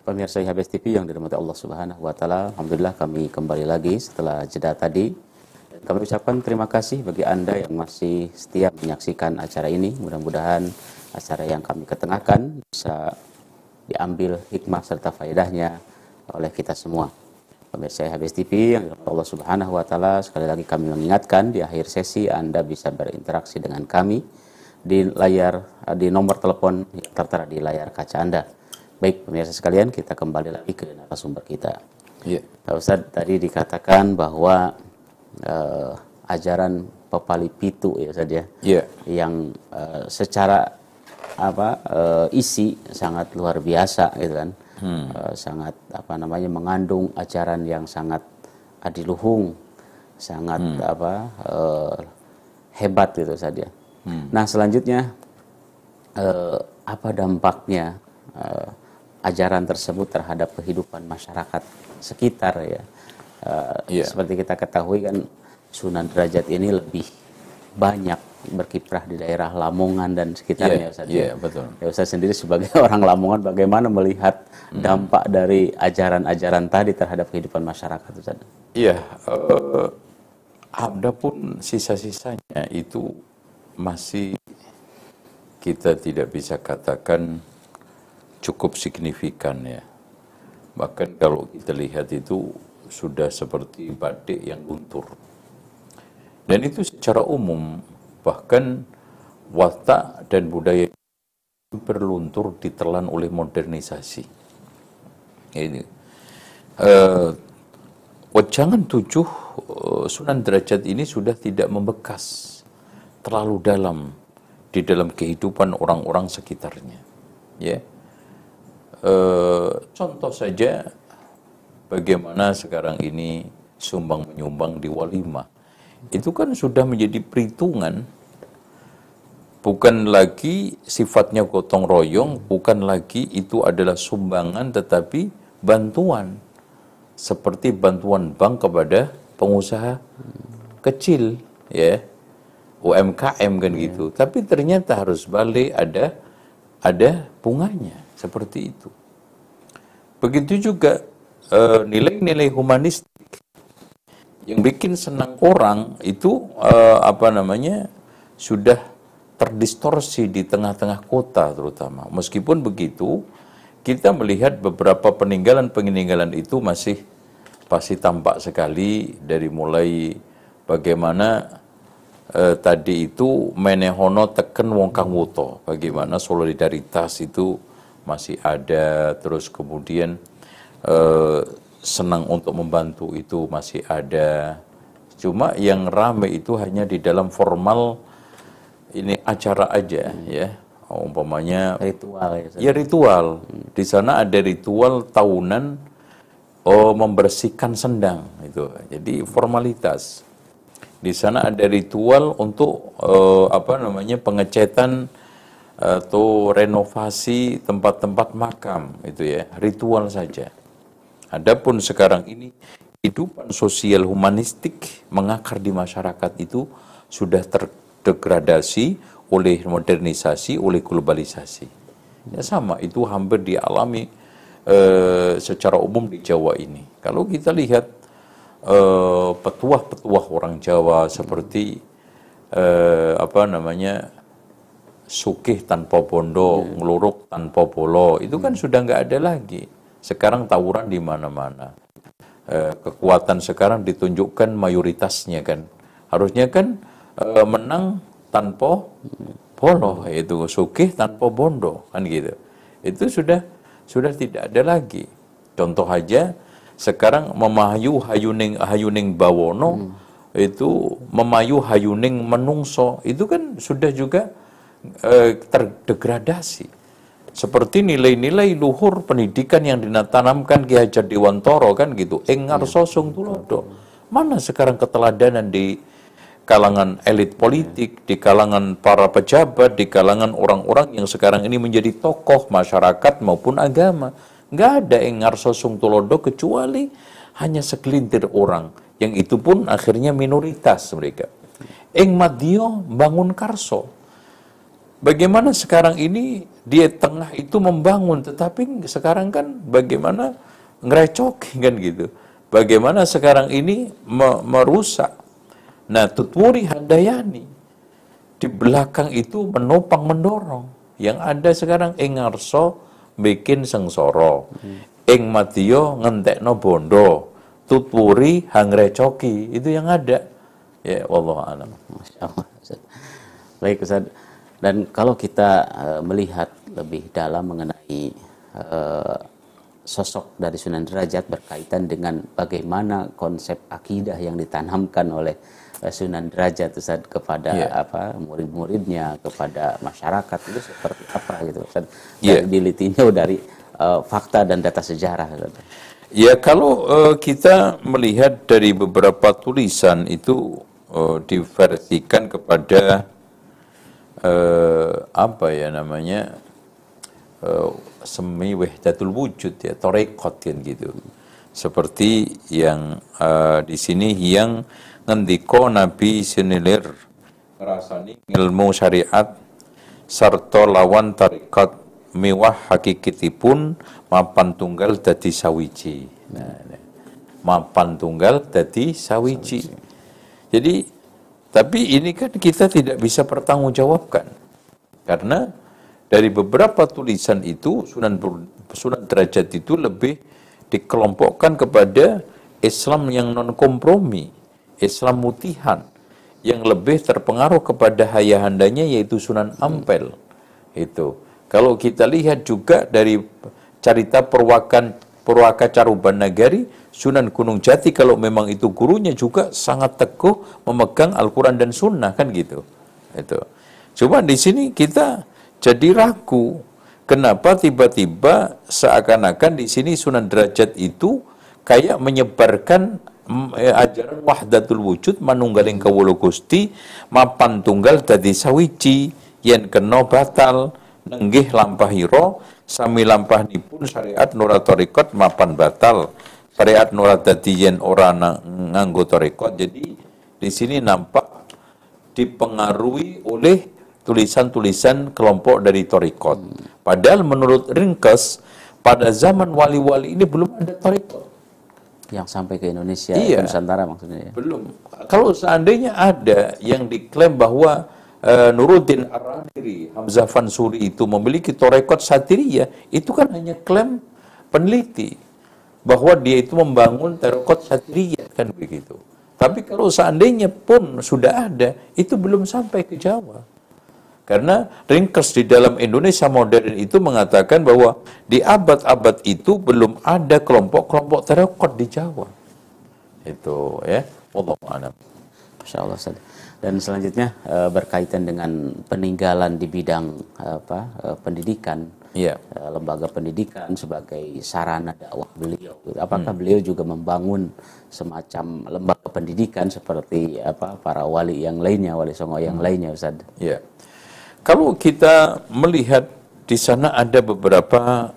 Pemirsa IHBS TV yang dirahmati Allah Subhanahu wa taala, alhamdulillah kami kembali lagi setelah jeda tadi. Kami ucapkan terima kasih bagi Anda yang masih setia menyaksikan acara ini. Mudah-mudahan acara yang kami ketengahkan bisa diambil hikmah serta faedahnya oleh kita semua. Pemirsa IHBS TV yang dirahmati Allah Subhanahu wa taala, sekali lagi kami mengingatkan di akhir sesi Anda bisa berinteraksi dengan kami di nomor telepon yang tertera di layar kaca Anda. Baik, pemirsa sekalian, kita kembali lagi ke narasumber kita. Pak Ustadz, tadi dikatakan bahwa ajaran Pepali Pitu ya Ustadz ya, yang secara isi sangat luar biasa gitu kan, sangat mengandung ajaran yang sangat adiluhung, sangat hebat gitu Ustadz ya. Nah selanjutnya apa dampaknya ajaran tersebut terhadap kehidupan masyarakat sekitar ya. Seperti kita ketahui kan Sunan Derajat ini lebih banyak berkiprah di daerah Lamongan dan sekitarnya Ustaz. Betul. Ya Ustaz sendiri sebagai orang Lamongan bagaimana melihat dampak dari ajaran-ajaran tadi terhadap kehidupan masyarakat Ustaz? Adapun sisa-sisanya itu masih kita tidak bisa katakan cukup signifikan ya. Bahkan kalau kita lihat itu sudah seperti badik yang luntur. Dan itu secara umum, bahkan watak dan budaya berluntur ditelan oleh modernisasi. Ini wejangan 7 Sunan Derajat ini sudah tidak membekas terlalu dalam di dalam kehidupan orang-orang sekitarnya. Ya. Contoh saja bagaimana sekarang ini sumbang menyumbang di walimah itu kan sudah menjadi perhitungan, bukan lagi sifatnya gotong royong, bukan lagi itu adalah sumbangan tetapi bantuan seperti bantuan bank kepada pengusaha kecil ya, UMKM kan gitu, tapi ternyata harus balik ada bunganya. Seperti itu. Begitu juga nilai-nilai humanistik yang bikin senang orang itu sudah terdistorsi di tengah-tengah kota terutama. Meskipun begitu, kita melihat beberapa peninggalan-peninggalan itu masih pasti tampak sekali, dari mulai bagaimana tadi itu menehono teken wong kang wuto, bagaimana solidaritas itu masih ada, terus kemudian senang untuk membantu itu masih ada. Cuma yang ramai itu hanya di dalam formal ini acara aja ya. Umpamanya Ritual ya ritual. Di sana ada ritual tahunan membersihkan sendang itu. Jadi formalitas. Di sana ada ritual untuk pengecetan atau renovasi tempat-tempat makam itu ya, ritual saja. Adapun sekarang ini kehidupan sosial humanistik mengakar di masyarakat itu sudah terdegradasi oleh modernisasi, oleh globalisasi. Ya sama, itu hampir dialami secara umum di Jawa ini. Kalau kita lihat petuah-petuah orang Jawa seperti Sukih tanpa bondo, ngeluruk tanpa bolo, itu kan sudah nggak ada lagi. Sekarang tawuran di mana-mana. Kekuatan sekarang ditunjukkan mayoritasnya kan. Harusnya kan menang tanpa bolo, yaitu sukih tanpa bondo kan gitu. Itu sudah tidak ada lagi. Contoh aja sekarang memayu hayuning bawono, itu memayu hayuning menungso, itu kan sudah juga terdegradasi. Seperti nilai-nilai luhur pendidikan yang ditanamkan Ki Hajar Dewantara kan gitu, ngarsa sung tulodo. Mana sekarang keteladanan di kalangan elit politik, di kalangan para pejabat, di kalangan orang-orang yang sekarang ini menjadi tokoh masyarakat maupun agama. Nggak ada ngarsa sung tulodo kecuali hanya segelintir orang, yang itu pun akhirnya minoritas mereka. Madya bangun karso. bagaimana sekarang ini di tengah itu membangun, tetapi sekarang kan bagaimana ngerecoki kan gitu. Bagaimana sekarang ini merusak. Nah, Tutwuri Handayani di belakang itu menopang mendorong. Yang ada sekarang ing ngarso bikin sengsara. Ing matiyo ngentekno bondo. Tutwuri hangrecoki. Itu yang ada. Ya, wallahu a'lam. Masya Allah, Ustaz. Baik Ustaz. Dan kalau kita melihat lebih dalam mengenai sosok dari Sunan Derajat berkaitan dengan bagaimana konsep akidah yang ditanamkan oleh Sunan Derajat Ustaz kepada murid-muridnya, kepada masyarakat, itu seperti apa gitu Ustaz? Dilitinya dari fakta dan data sejarah Ustaz. Ya, kalau kita melihat dari beberapa tulisan itu diversikan kepada apa ya namanya, semi wahdatul wujud ya, tarekat kan gitu. Seperti yang di sini yang ngendiko Nabi sinilir ngrasani ilmu syariat sarta lawan tarekat mewah hakikatipun mapan tunggal dadi sawiji. Nah, mapan tunggal dadi sawiji. Jadi, tapi ini kan kita tidak bisa pertanggungjawabkan. Karena dari beberapa tulisan itu, Sunan Derajat itu lebih dikelompokkan kepada Islam yang non-kompromi, Islam mutihan, yang lebih terpengaruh kepada ayahandanya yaitu Sunan Ampel. Itu. Kalau kita lihat juga dari carita Purwaka Caruban Nagari, Sunan Gunung Jati kalau memang itu gurunya juga sangat teguh memegang Al-Quran dan Sunnah kan gitu. Itu. Cuma di sini kita jadi ragu. Kenapa tiba-tiba seakan-akan di sini Sunan Derajat itu kayak menyebarkan ajaran wahdatul wujud manunggaling kawula Gusti mapan tunggal dadi sawiji yen kena batal nenggih lampahiro sami lampahnipun syariat nurat tarekat mapan batal syariat nurat dadi yen ora nganggo tarekat. Jadi di sini nampak dipengaruhi oleh tulisan-tulisan kelompok dari tarekat. Padahal menurut ringkas pada zaman wali-wali ini belum ada tarekat yang sampai ke Indonesia, ke Nusantara maksudnya ya. Belum. Kalau seandainya ada yang diklaim bahwa Nuruddin Ar-Radiri, Hamzah Fansuri itu memiliki tarekat Satiriyah, itu kan hanya klaim peneliti bahwa dia itu membangun tarekat Satiriyah kan begitu. Tapi kalau seandainya pun sudah ada, itu belum sampai ke Jawa. Karena ringkas di dalam Indonesia modern itu mengatakan bahwa di abad-abad itu belum ada kelompok-kelompok tarekat di Jawa. Itu ya, wallahu a'lam. Masya Allah Ustaz. Dan selanjutnya berkaitan dengan peninggalan di bidang pendidikan, lembaga pendidikan sebagai sarana dakwah beliau. Apakah beliau juga membangun semacam lembaga pendidikan seperti para wali yang lainnya, wali songo yang lainnya, Ustaz? Ya. Kalau kita melihat di sana ada beberapa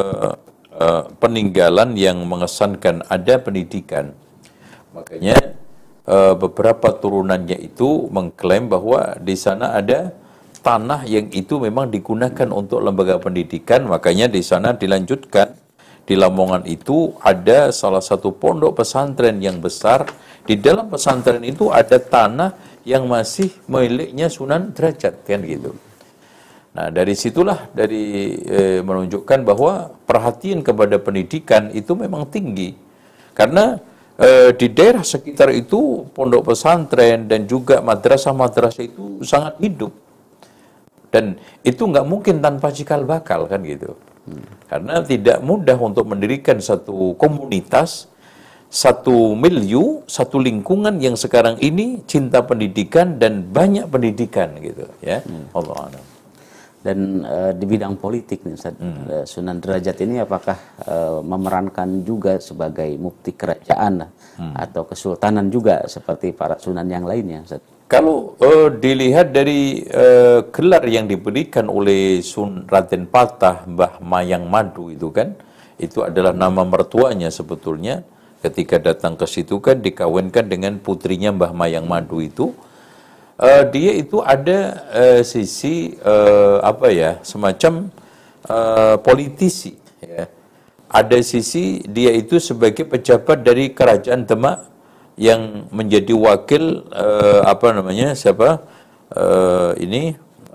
peninggalan yang mengesankan ada pendidikan, makanya beberapa turunannya itu mengklaim bahwa di sana ada tanah yang itu memang digunakan untuk lembaga pendidikan, makanya di sana dilanjutkan. Di Lamongan itu ada salah satu pondok pesantren yang besar. Di dalam pesantren itu ada tanah yang masih miliknya Sunan Derajat kan gitu. Nah dari situlah menunjukkan bahwa perhatian kepada pendidikan itu memang tinggi. Karena di daerah sekitar itu pondok pesantren dan juga madrasah-madrasah itu sangat hidup. Dan itu nggak mungkin tanpa cikal bakal kan gitu. Karena tidak mudah untuk mendirikan satu komunitas, satu milieu, satu lingkungan yang sekarang ini cinta pendidikan dan banyak pendidikan gitu ya. Allah a'lam. Dan di bidang politik nih Ustaz, Sunan Derajat ini apakah memerankan juga sebagai mufti kerajaan atau kesultanan juga seperti para sunan yang lainnya Ustaz? Kalau dilihat dari gelar yang diberikan oleh Raden Patah Mbah Mayang Madu itu kan, itu adalah nama mertuanya sebetulnya. Ketika datang ke situ kan dikawinkan dengan putrinya Mbah Mayang Madu itu. dia itu ada sisi apa ya, semacam politisi, ya. Ada sisi dia itu sebagai pejabat dari kerajaan Demak yang menjadi wakil apa namanya, siapa ini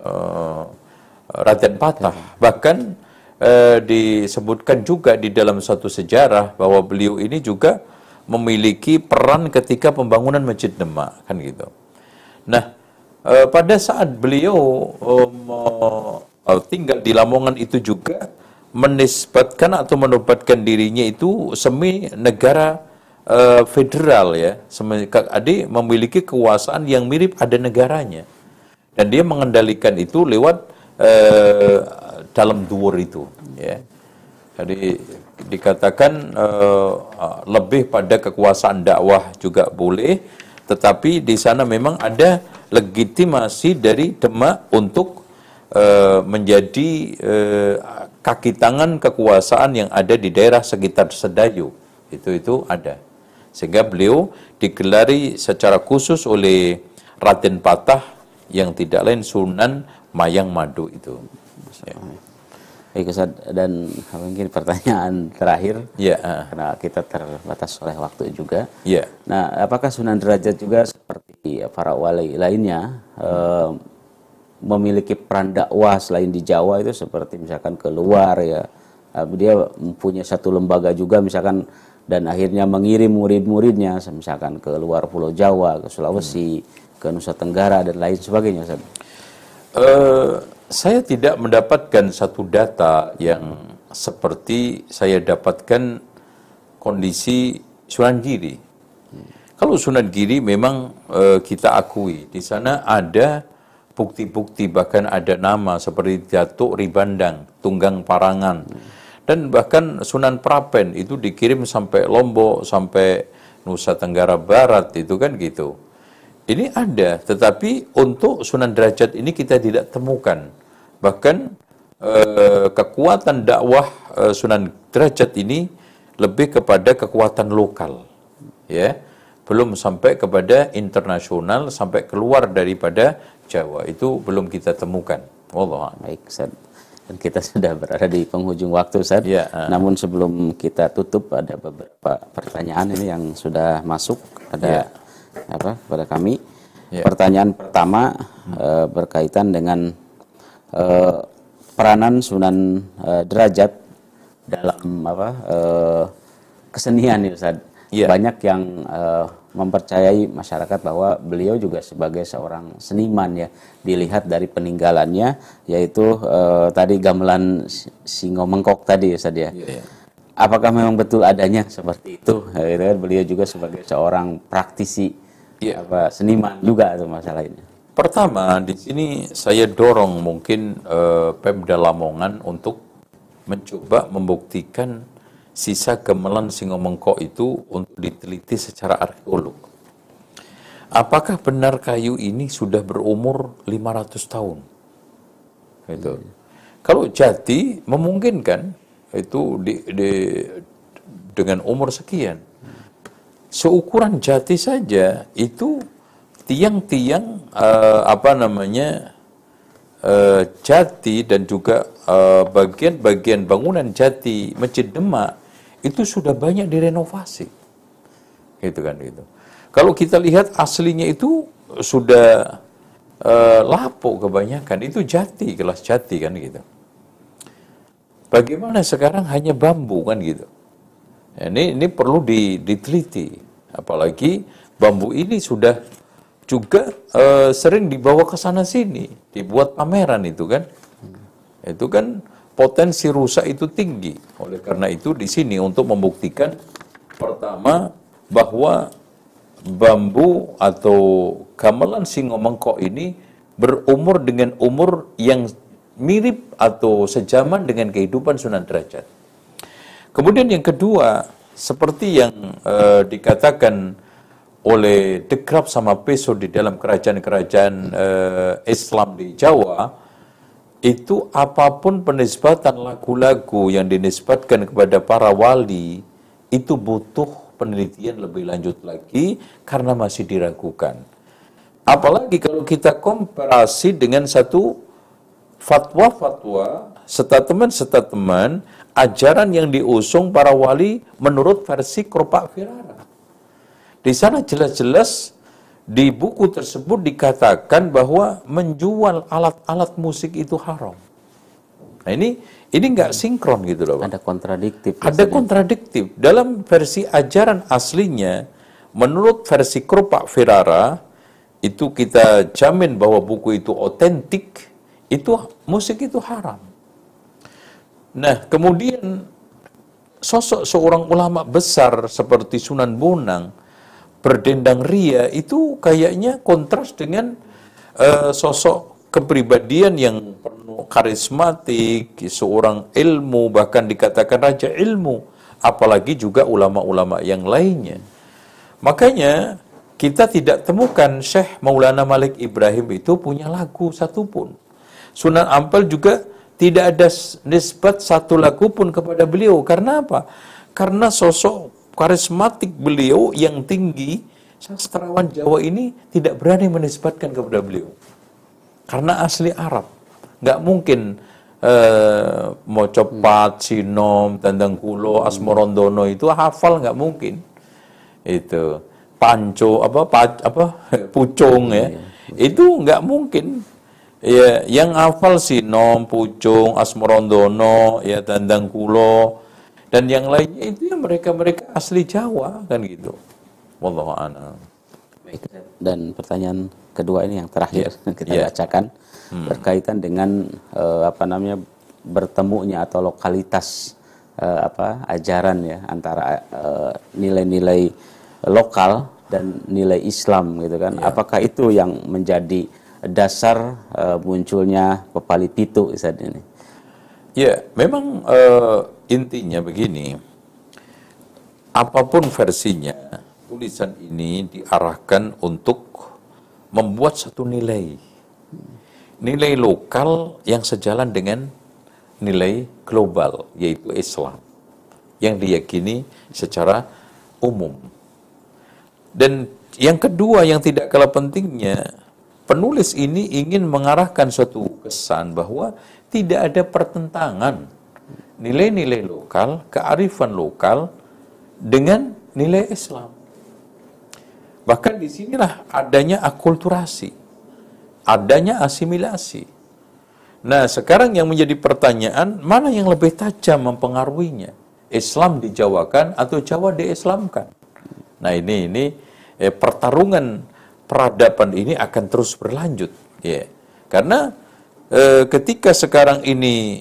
Raden Patah. Bahkan disebutkan juga di dalam satu sejarah bahwa beliau ini juga memiliki peran ketika pembangunan Masjid Demak, kan gitu. Nah, pada saat beliau tinggal di Lamongan itu juga menisbatkan atau menobatkan dirinya itu semi negara federal, ya. Dia memiliki kekuasaan yang mirip ada negaranya. Dan dia mengendalikan itu lewat dalam duwur itu, ya. Jadi dikatakan lebih pada kekuasaan dakwah juga boleh, tetapi di sana memang ada legitimasi dari Demak untuk menjadi kaki tangan kekuasaan yang ada di daerah sekitar Sedayu. Itu ada. Sehingga beliau digelari secara khusus oleh Raden Patah yang tidak lain Sunan Mayang Madu itu. Ya. Baik Ustaz, dan mungkin pertanyaan terakhir, Ya. karena kita terbatas oleh waktu juga. Ya. Nah, apakah Sunan Derajat juga seperti para wali lainnya memiliki peran dakwah selain di Jawa itu, seperti misalkan keluar, ya? Dia mempunyai satu lembaga juga misalkan, dan akhirnya mengirim murid-muridnya misalkan ke luar Pulau Jawa, ke Sulawesi, ke Nusa Tenggara dan lain sebagainya, Ustaz. Saya tidak mendapatkan satu data yang seperti saya dapatkan kondisi Sunan Giri. Kalau Sunan Giri memang kita akui di sana ada bukti-bukti, bahkan ada nama seperti Datuk Ribandang, Tunggang Parangan, dan bahkan Sunan Prapen itu dikirim sampai Lombok, sampai Nusa Tenggara Barat, itu kan gitu. Ini ada, tetapi untuk Sunan Derajat ini kita tidak temukan. Bahkan kekuatan dakwah Sunan Derajat ini lebih kepada kekuatan lokal, ya, belum sampai kepada internasional, sampai keluar daripada Jawa, itu belum kita temukan. Wallah. Baik, Ustaz. Dan kita sudah berada di penghujung waktu, Ustaz. Ya, Namun sebelum kita tutup, ada beberapa pertanyaan ini yang sudah masuk kepada kami. Ya. Pertanyaan pertama berkaitan dengan peranan Sunan Derajat dalam kesenian, ya, Ustaz. Ya. Banyak yang mempercayai masyarakat bahwa beliau juga sebagai seorang seniman, ya, dilihat dari peninggalannya, yaitu tadi gamelan Singo Mengkok tadi, ya, Ustaz, ya. Ya. Apakah memang betul adanya seperti itu? Beliau juga sebagai seorang praktisi, Ya. seniman juga atau masalah ini? Pertama, di sini saya dorong mungkin Pemda Lamongan untuk mencoba membuktikan sisa gamelan Singo Mengkok itu untuk diteliti secara arkeolog. Apakah benar kayu ini sudah berumur 500 tahun? Itu. Kalau jati memungkinkan itu dengan umur sekian. Seukuran jati saja itu tiang-tiang jati dan juga bagian-bagian bangunan jati Masjid Demak itu sudah banyak direnovasi, gitu kan gitu. Kalau kita lihat aslinya itu sudah lapuk kebanyakan, itu jati, kelas jati kan gitu. Bagaimana sekarang hanya bambu kan gitu. Ini perlu diteliti, apalagi bambu ini sudah juga sering dibawa ke sana sini, dibuat pameran itu kan. Itu kan potensi rusak itu tinggi. Oleh karena itu di sini untuk membuktikan pertama bahwa bambu atau gamelan Singo Mengkok ini berumur dengan umur yang mirip atau sejaman dengan kehidupan Sunan Derajat. Kemudian yang kedua, seperti yang dikatakan oleh De Graaf sama Peso di dalam kerajaan-kerajaan Islam di Jawa, itu apapun penisbatan lagu-lagu yang dinisbatkan kepada para wali, itu butuh penelitian lebih lanjut lagi karena masih diragukan. Apalagi kalau kita komparasi dengan satu fatwa-fatwa, statement-statement, ajaran yang diusung para wali menurut versi Kropak Virara. Di sana jelas-jelas di buku tersebut dikatakan bahwa menjual alat-alat musik itu haram. Nah ini nggak sinkron gitu loh, Pak. Ada kontradiktif. Ada kontradiktif. Dalam versi ajaran aslinya, menurut versi Kropak Virara, itu kita jamin bahwa buku itu otentik, itu musik itu haram. Nah, kemudian sosok seorang ulama besar seperti Sunan Bonang berdendang ria itu kayaknya kontras dengan sosok kepribadian yang penuh karismatik, seorang ilmu, bahkan dikatakan raja ilmu, apalagi juga ulama-ulama yang lainnya. Makanya kita tidak temukan Syekh Maulana Malik Ibrahim itu punya lagu satupun. Sunan Ampel juga tidak ada nisbat satu lagu pun kepada beliau. Karena apa? Karena sosok karismatik beliau yang tinggi, sastrawan Jawa ini tidak berani menisbatkan kepada beliau. Karena asli Arab. Nggak mungkin Mocopat, Sinom, Tandang Kulo, Asmorondono itu hafal, nggak mungkin. Itu Panco Pucung ya. Itu nggak mungkin. Ya, yang hafal Sinom, Pucung, Asmorondono, ya Tandang Kulo dan yang lainnya itu ya mereka asli Jawa kan gitu. Wallahu a'lam. Dan pertanyaan kedua ini yang terakhir kita bacakan berkaitan dengan bertemunya atau lokalitas ajaran ya antara nilai-nilai lokal dan nilai Islam gitu kan. Apakah itu yang menjadi dasar munculnya Pepali Pitu saat ini? Ya, memang intinya begini. Apapun versinya, tulisan ini diarahkan untuk membuat satu nilai. Nilai lokal yang sejalan dengan nilai global, yaitu Islam. Yang diyakini secara umum. Dan yang kedua yang tidak kalah pentingnya, penulis ini ingin mengarahkan suatu kesan bahwa tidak ada pertentangan nilai-nilai lokal, kearifan lokal dengan nilai Islam. Bahkan disinilah adanya akulturasi, adanya asimilasi. Nah, sekarang yang menjadi pertanyaan, mana yang lebih tajam mempengaruhinya? Islam dijawakan atau Jawa diislamkan? Nah, ini pertarungan peradaban ini akan terus berlanjut, ya. Karena ketika sekarang ini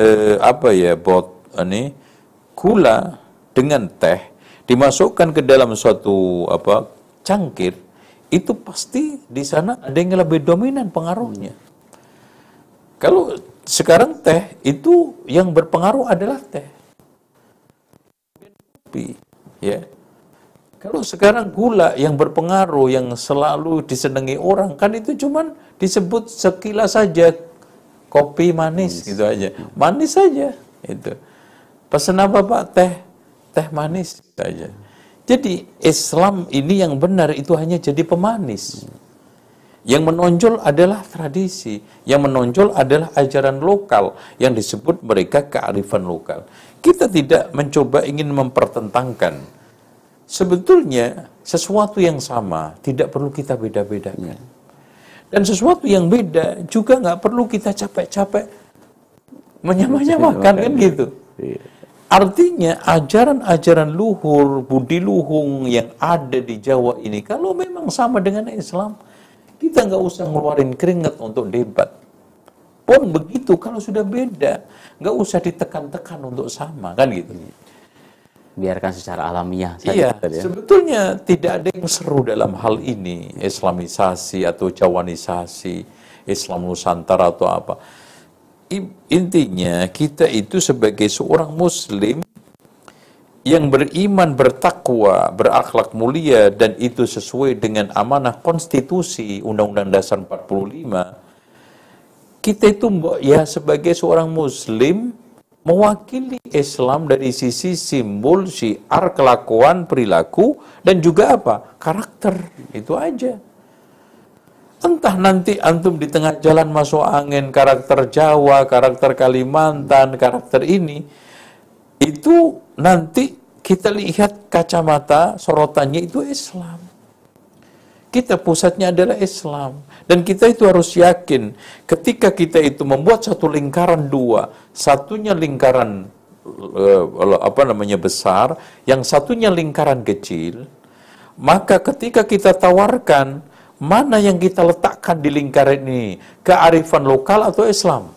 gula dengan teh dimasukkan ke dalam suatu cangkir, itu pasti di sana ada yang lebih dominan pengaruhnya. Kalau sekarang teh itu yang berpengaruh adalah teh, kopi, ya. Kalau sekarang gula yang berpengaruh, yang selalu disenangi orang, kan itu cuman disebut sekilas saja, kopi manis gitu aja. Manis saja, itu. Pesan apa Pak? Teh manis gitu aja. Jadi Islam ini yang benar itu hanya jadi pemanis. Yang menonjol adalah tradisi, yang menonjol adalah ajaran lokal, yang disebut mereka kearifan lokal. Kita tidak mencoba ingin mempertentangkan. Sebetulnya sesuatu yang sama tidak perlu kita beda-bedakan. Dan sesuatu yang beda juga nggak perlu kita capek-capek menyamakan kan gitu. Artinya ajaran-ajaran luhur, budi luhung yang ada di Jawa ini, kalau memang sama dengan Islam, kita nggak usah ngeluarin keringat untuk debat. Pun begitu, kalau sudah beda, nggak usah ditekan-tekan untuk sama, kan gitu. Biarkan secara alamiah Iya, saja. sebetulnya tidak ada yang seru dalam hal ini, Islamisasi atau Jawanisasi, Islam Nusantara atau apa. Intinya kita itu sebagai seorang muslim yang beriman, bertakwa, berakhlak mulia, dan itu sesuai dengan amanah konstitusi Undang-Undang Dasar 45, kita itu ya sebagai seorang muslim mewakili Islam dari sisi simbol, syiar, kelakuan, perilaku, dan juga apa? Karakter. Itu aja. Entah nanti antum di tengah jalan masuk angin, karakter Jawa, karakter Kalimantan, karakter ini, itu nanti kita lihat kacamata sorotannya itu Islam. Kita pusatnya adalah Islam. Dan kita itu harus yakin, ketika kita itu membuat satu lingkaran dua, satunya lingkaran besar, yang satunya lingkaran kecil, maka ketika kita tawarkan, mana yang kita letakkan di lingkaran ini, kearifan lokal atau Islam?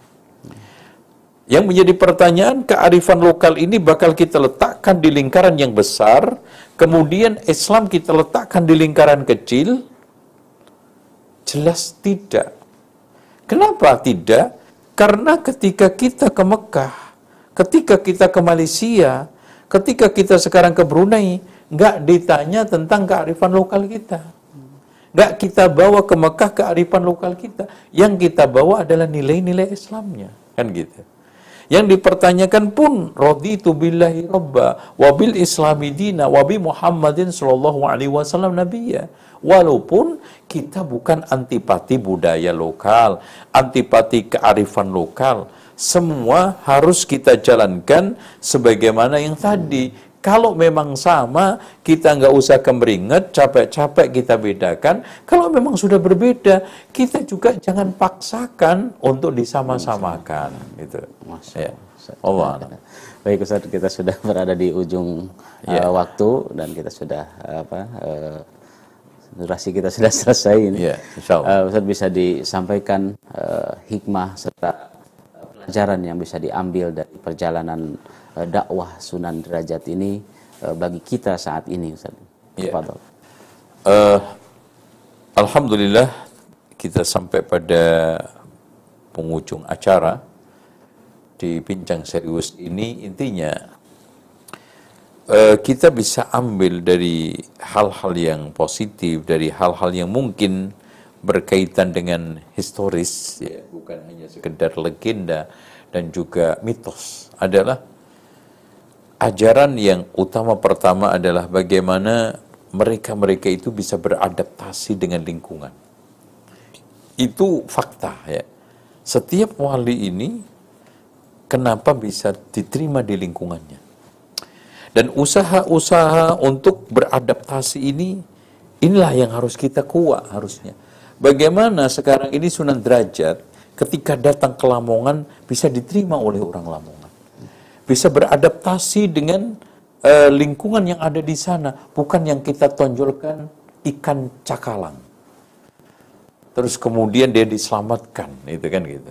Yang menjadi pertanyaan, kearifan lokal ini bakal kita letakkan di lingkaran yang besar, kemudian Islam kita letakkan di lingkaran kecil? Jelas tidak. Kenapa tidak? Karena ketika kita ke Mekah, ketika kita ke Malaysia, ketika kita sekarang ke Brunei, nggak ditanya tentang kearifan lokal kita. Nggak kita bawa ke Mekah kearifan lokal kita. Yang kita bawa adalah nilai-nilai Islamnya. Kan gitu. Yang dipertanyakan pun, raditu billahi robba, wabil islami dina, wabi Muhammadin sallallahu alaihi wasallam nabiyya. Walaupun kita bukan antipati budaya lokal, antipati kearifan lokal, semua harus kita jalankan sebagaimana yang tadi. Kalau memang sama, kita nggak usah kemeringet, capek-capek kita bedakan. Kalau memang sudah berbeda, kita juga jangan paksakan untuk disama-samakan. Gitu. Ya. Allah. Baik Ustaz, kita sudah berada di ujung waktu dan kita sudah durasi kita sudah selesai ini. Insyaallah. Ustaz, bisa disampaikan hikmah serta pelajaran yang bisa diambil dari perjalanan dakwah Sunan Derajat ini bagi kita saat ini, Ustaz. Tafadhol. Alhamdulillah kita sampai pada penghujung acara di Bincang Serius ini. Intinya kita bisa ambil dari hal-hal yang positif, dari hal-hal yang mungkin berkaitan dengan historis, ya, bukan hanya sekedar legenda dan juga mitos, adalah ajaran yang utama pertama adalah bagaimana mereka-mereka itu bisa beradaptasi dengan lingkungan. Itu fakta, ya. Setiap wali ini kenapa bisa diterima di lingkungannya? Dan usaha-usaha untuk beradaptasi ini, inilah yang harus kita kuat harusnya. Bagaimana sekarang ini Sunan Derajat ketika datang ke Lamongan bisa diterima oleh orang Lamongan. Bisa beradaptasi dengan lingkungan yang ada di sana. Bukan yang kita tonjolkan ikan cakalang. Terus kemudian dia diselamatkan, itu kan gitu.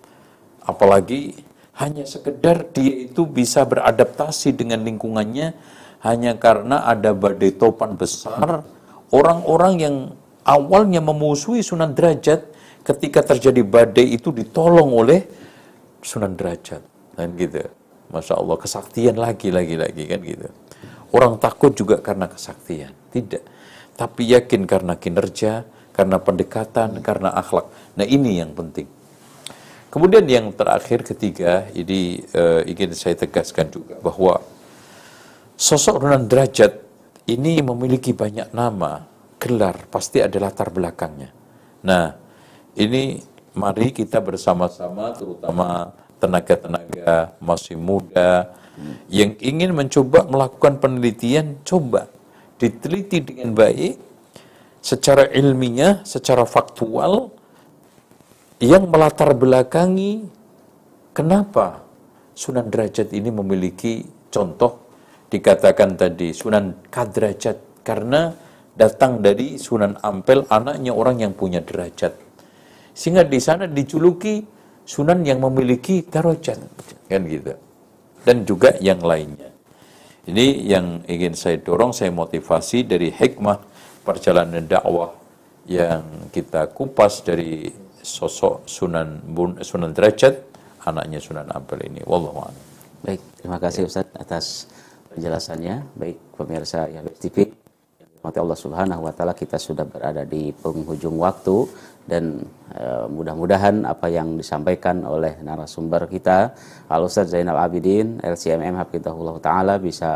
Apalagi hanya sekedar dia itu bisa beradaptasi dengan lingkungannya hanya karena ada badai topan besar. Orang-orang yang awalnya memusuhi Sunan Derajat ketika terjadi badai itu ditolong oleh Sunan Derajat. Dan gitu. Masya Allah, kesaktian lagi kan gitu. Orang takut juga karena kesaktian. Tidak. Tapi yakin karena kinerja, karena pendekatan, karena akhlak. Nah ini yang penting. Kemudian yang terakhir ketiga, ini ingin saya tegaskan juga bahwa sosok Sunan Derajat ini memiliki banyak nama, gelar, pasti ada latar belakangnya. Nah, ini mari kita bersama-sama, terutama tenaga-tenaga masih muda, yang ingin mencoba melakukan penelitian, coba diteliti dengan baik, secara ilmiah, secara faktual, yang melatar belakangi kenapa Sunan Derajat ini memiliki contoh, dikatakan tadi Sunan Kadrajat, karena datang dari Sunan Ampel, anaknya orang yang punya derajat. Sehingga di sana dijuluki Sunan yang memiliki darajat, kan gitu. Dan juga yang lainnya. Ini yang ingin saya dorong, saya motivasi dari hikmah perjalanan dakwah yang kita kupas dari sosok Sunan Derajat, anaknya Sunan Ampel ini. Wallahu a'lam. Baik, terima kasih Ustaz atas penjelasannya. Baik pemirsa Ihya TV, rahmati Allah Subhanahu wa taala, kita sudah berada di penghujung waktu dan mudah-mudahan apa yang disampaikan oleh narasumber kita Al Ustaz Zainal Abidin LCMM Hafizahullah taala bisa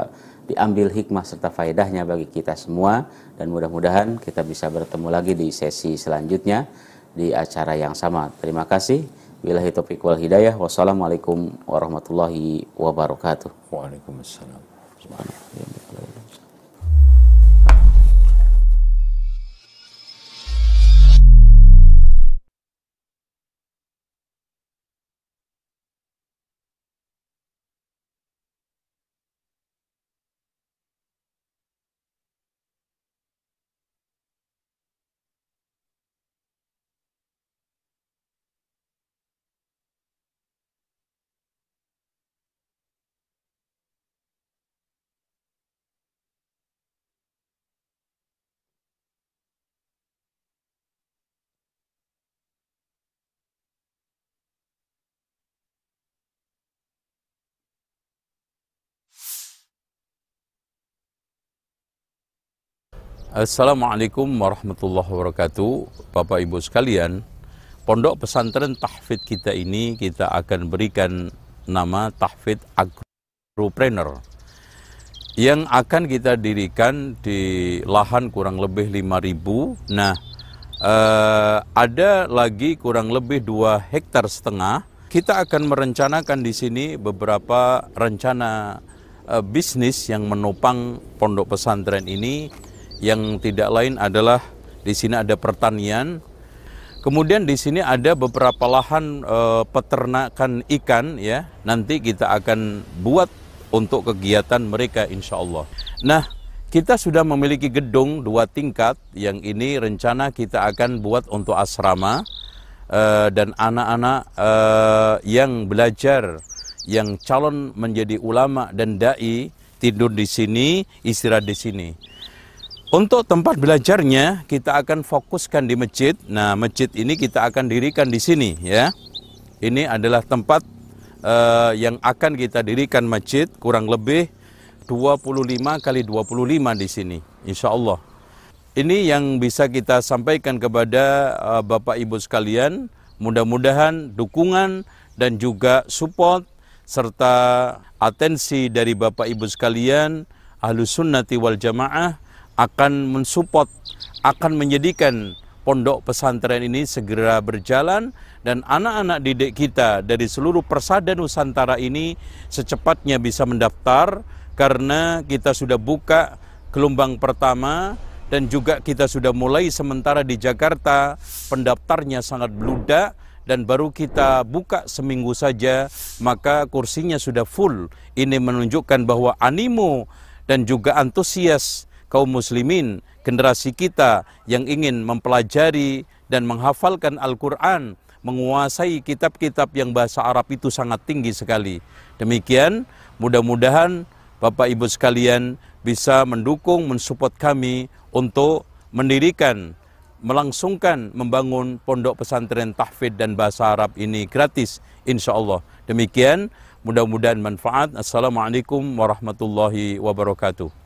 diambil hikmah serta faedahnya bagi kita semua, dan mudah-mudahan kita bisa bertemu lagi di sesi selanjutnya di acara yang sama. Terima kasih. Billahi taufiq wal hidayah. Wassalamualaikum warahmatullahi wabarakatuh. Waalaikumsalam. Assalamualaikum warahmatullahi wabarakatuh. Bapak Ibu sekalian, pondok pesantren tahfidz kita ini kita akan berikan nama Tahfidz Agropreneur yang akan kita dirikan di lahan kurang lebih 5.000. Nah, ada lagi kurang lebih 2,5 hektar. Kita akan merencanakan di sini beberapa rencana bisnis yang menopang pondok pesantren ini, yang tidak lain adalah di sini ada pertanian, kemudian di sini ada beberapa lahan peternakan ikan ya. Nanti kita akan buat untuk kegiatan mereka insya Allah. Nah, kita sudah memiliki gedung 2 tingkat, yang ini rencana kita akan buat untuk asrama dan anak-anak yang belajar, yang calon menjadi ulama dan dai tidur di sini, istirahat di sini. Untuk tempat belajarnya kita akan fokuskan di masjid. Nah, masjid ini kita akan dirikan di sini ya. Ini adalah tempat yang akan kita dirikan masjid, kurang lebih 25 kali 25 di sini, insya Allah. Ini yang bisa kita sampaikan kepada Bapak Ibu sekalian. Mudah-mudahan dukungan dan juga support serta atensi dari Bapak Ibu sekalian Ahlus Sunnati wal Jamaah akan mensupport, akan menjadikan pondok pesantren ini segera berjalan, dan anak-anak didik kita dari seluruh persada Nusantara ini secepatnya bisa mendaftar, karena kita sudah buka gelombang pertama dan juga kita sudah mulai sementara di Jakarta, pendaftarnya sangat bludak, dan baru kita buka seminggu saja maka kursinya sudah full. Ini menunjukkan bahwa animo dan juga antusias kaum muslimin, generasi kita yang ingin mempelajari dan menghafalkan Al-Quran, menguasai kitab-kitab yang bahasa Arab itu sangat tinggi sekali. Demikian, mudah-mudahan Bapak Ibu sekalian bisa mendukung, mensupport kami untuk mendirikan, melangsungkan, membangun pondok pesantren tahfidz dan bahasa Arab ini gratis, insya Allah. Demikian, mudah-mudahan manfaat. Assalamualaikum warahmatullahi wabarakatuh.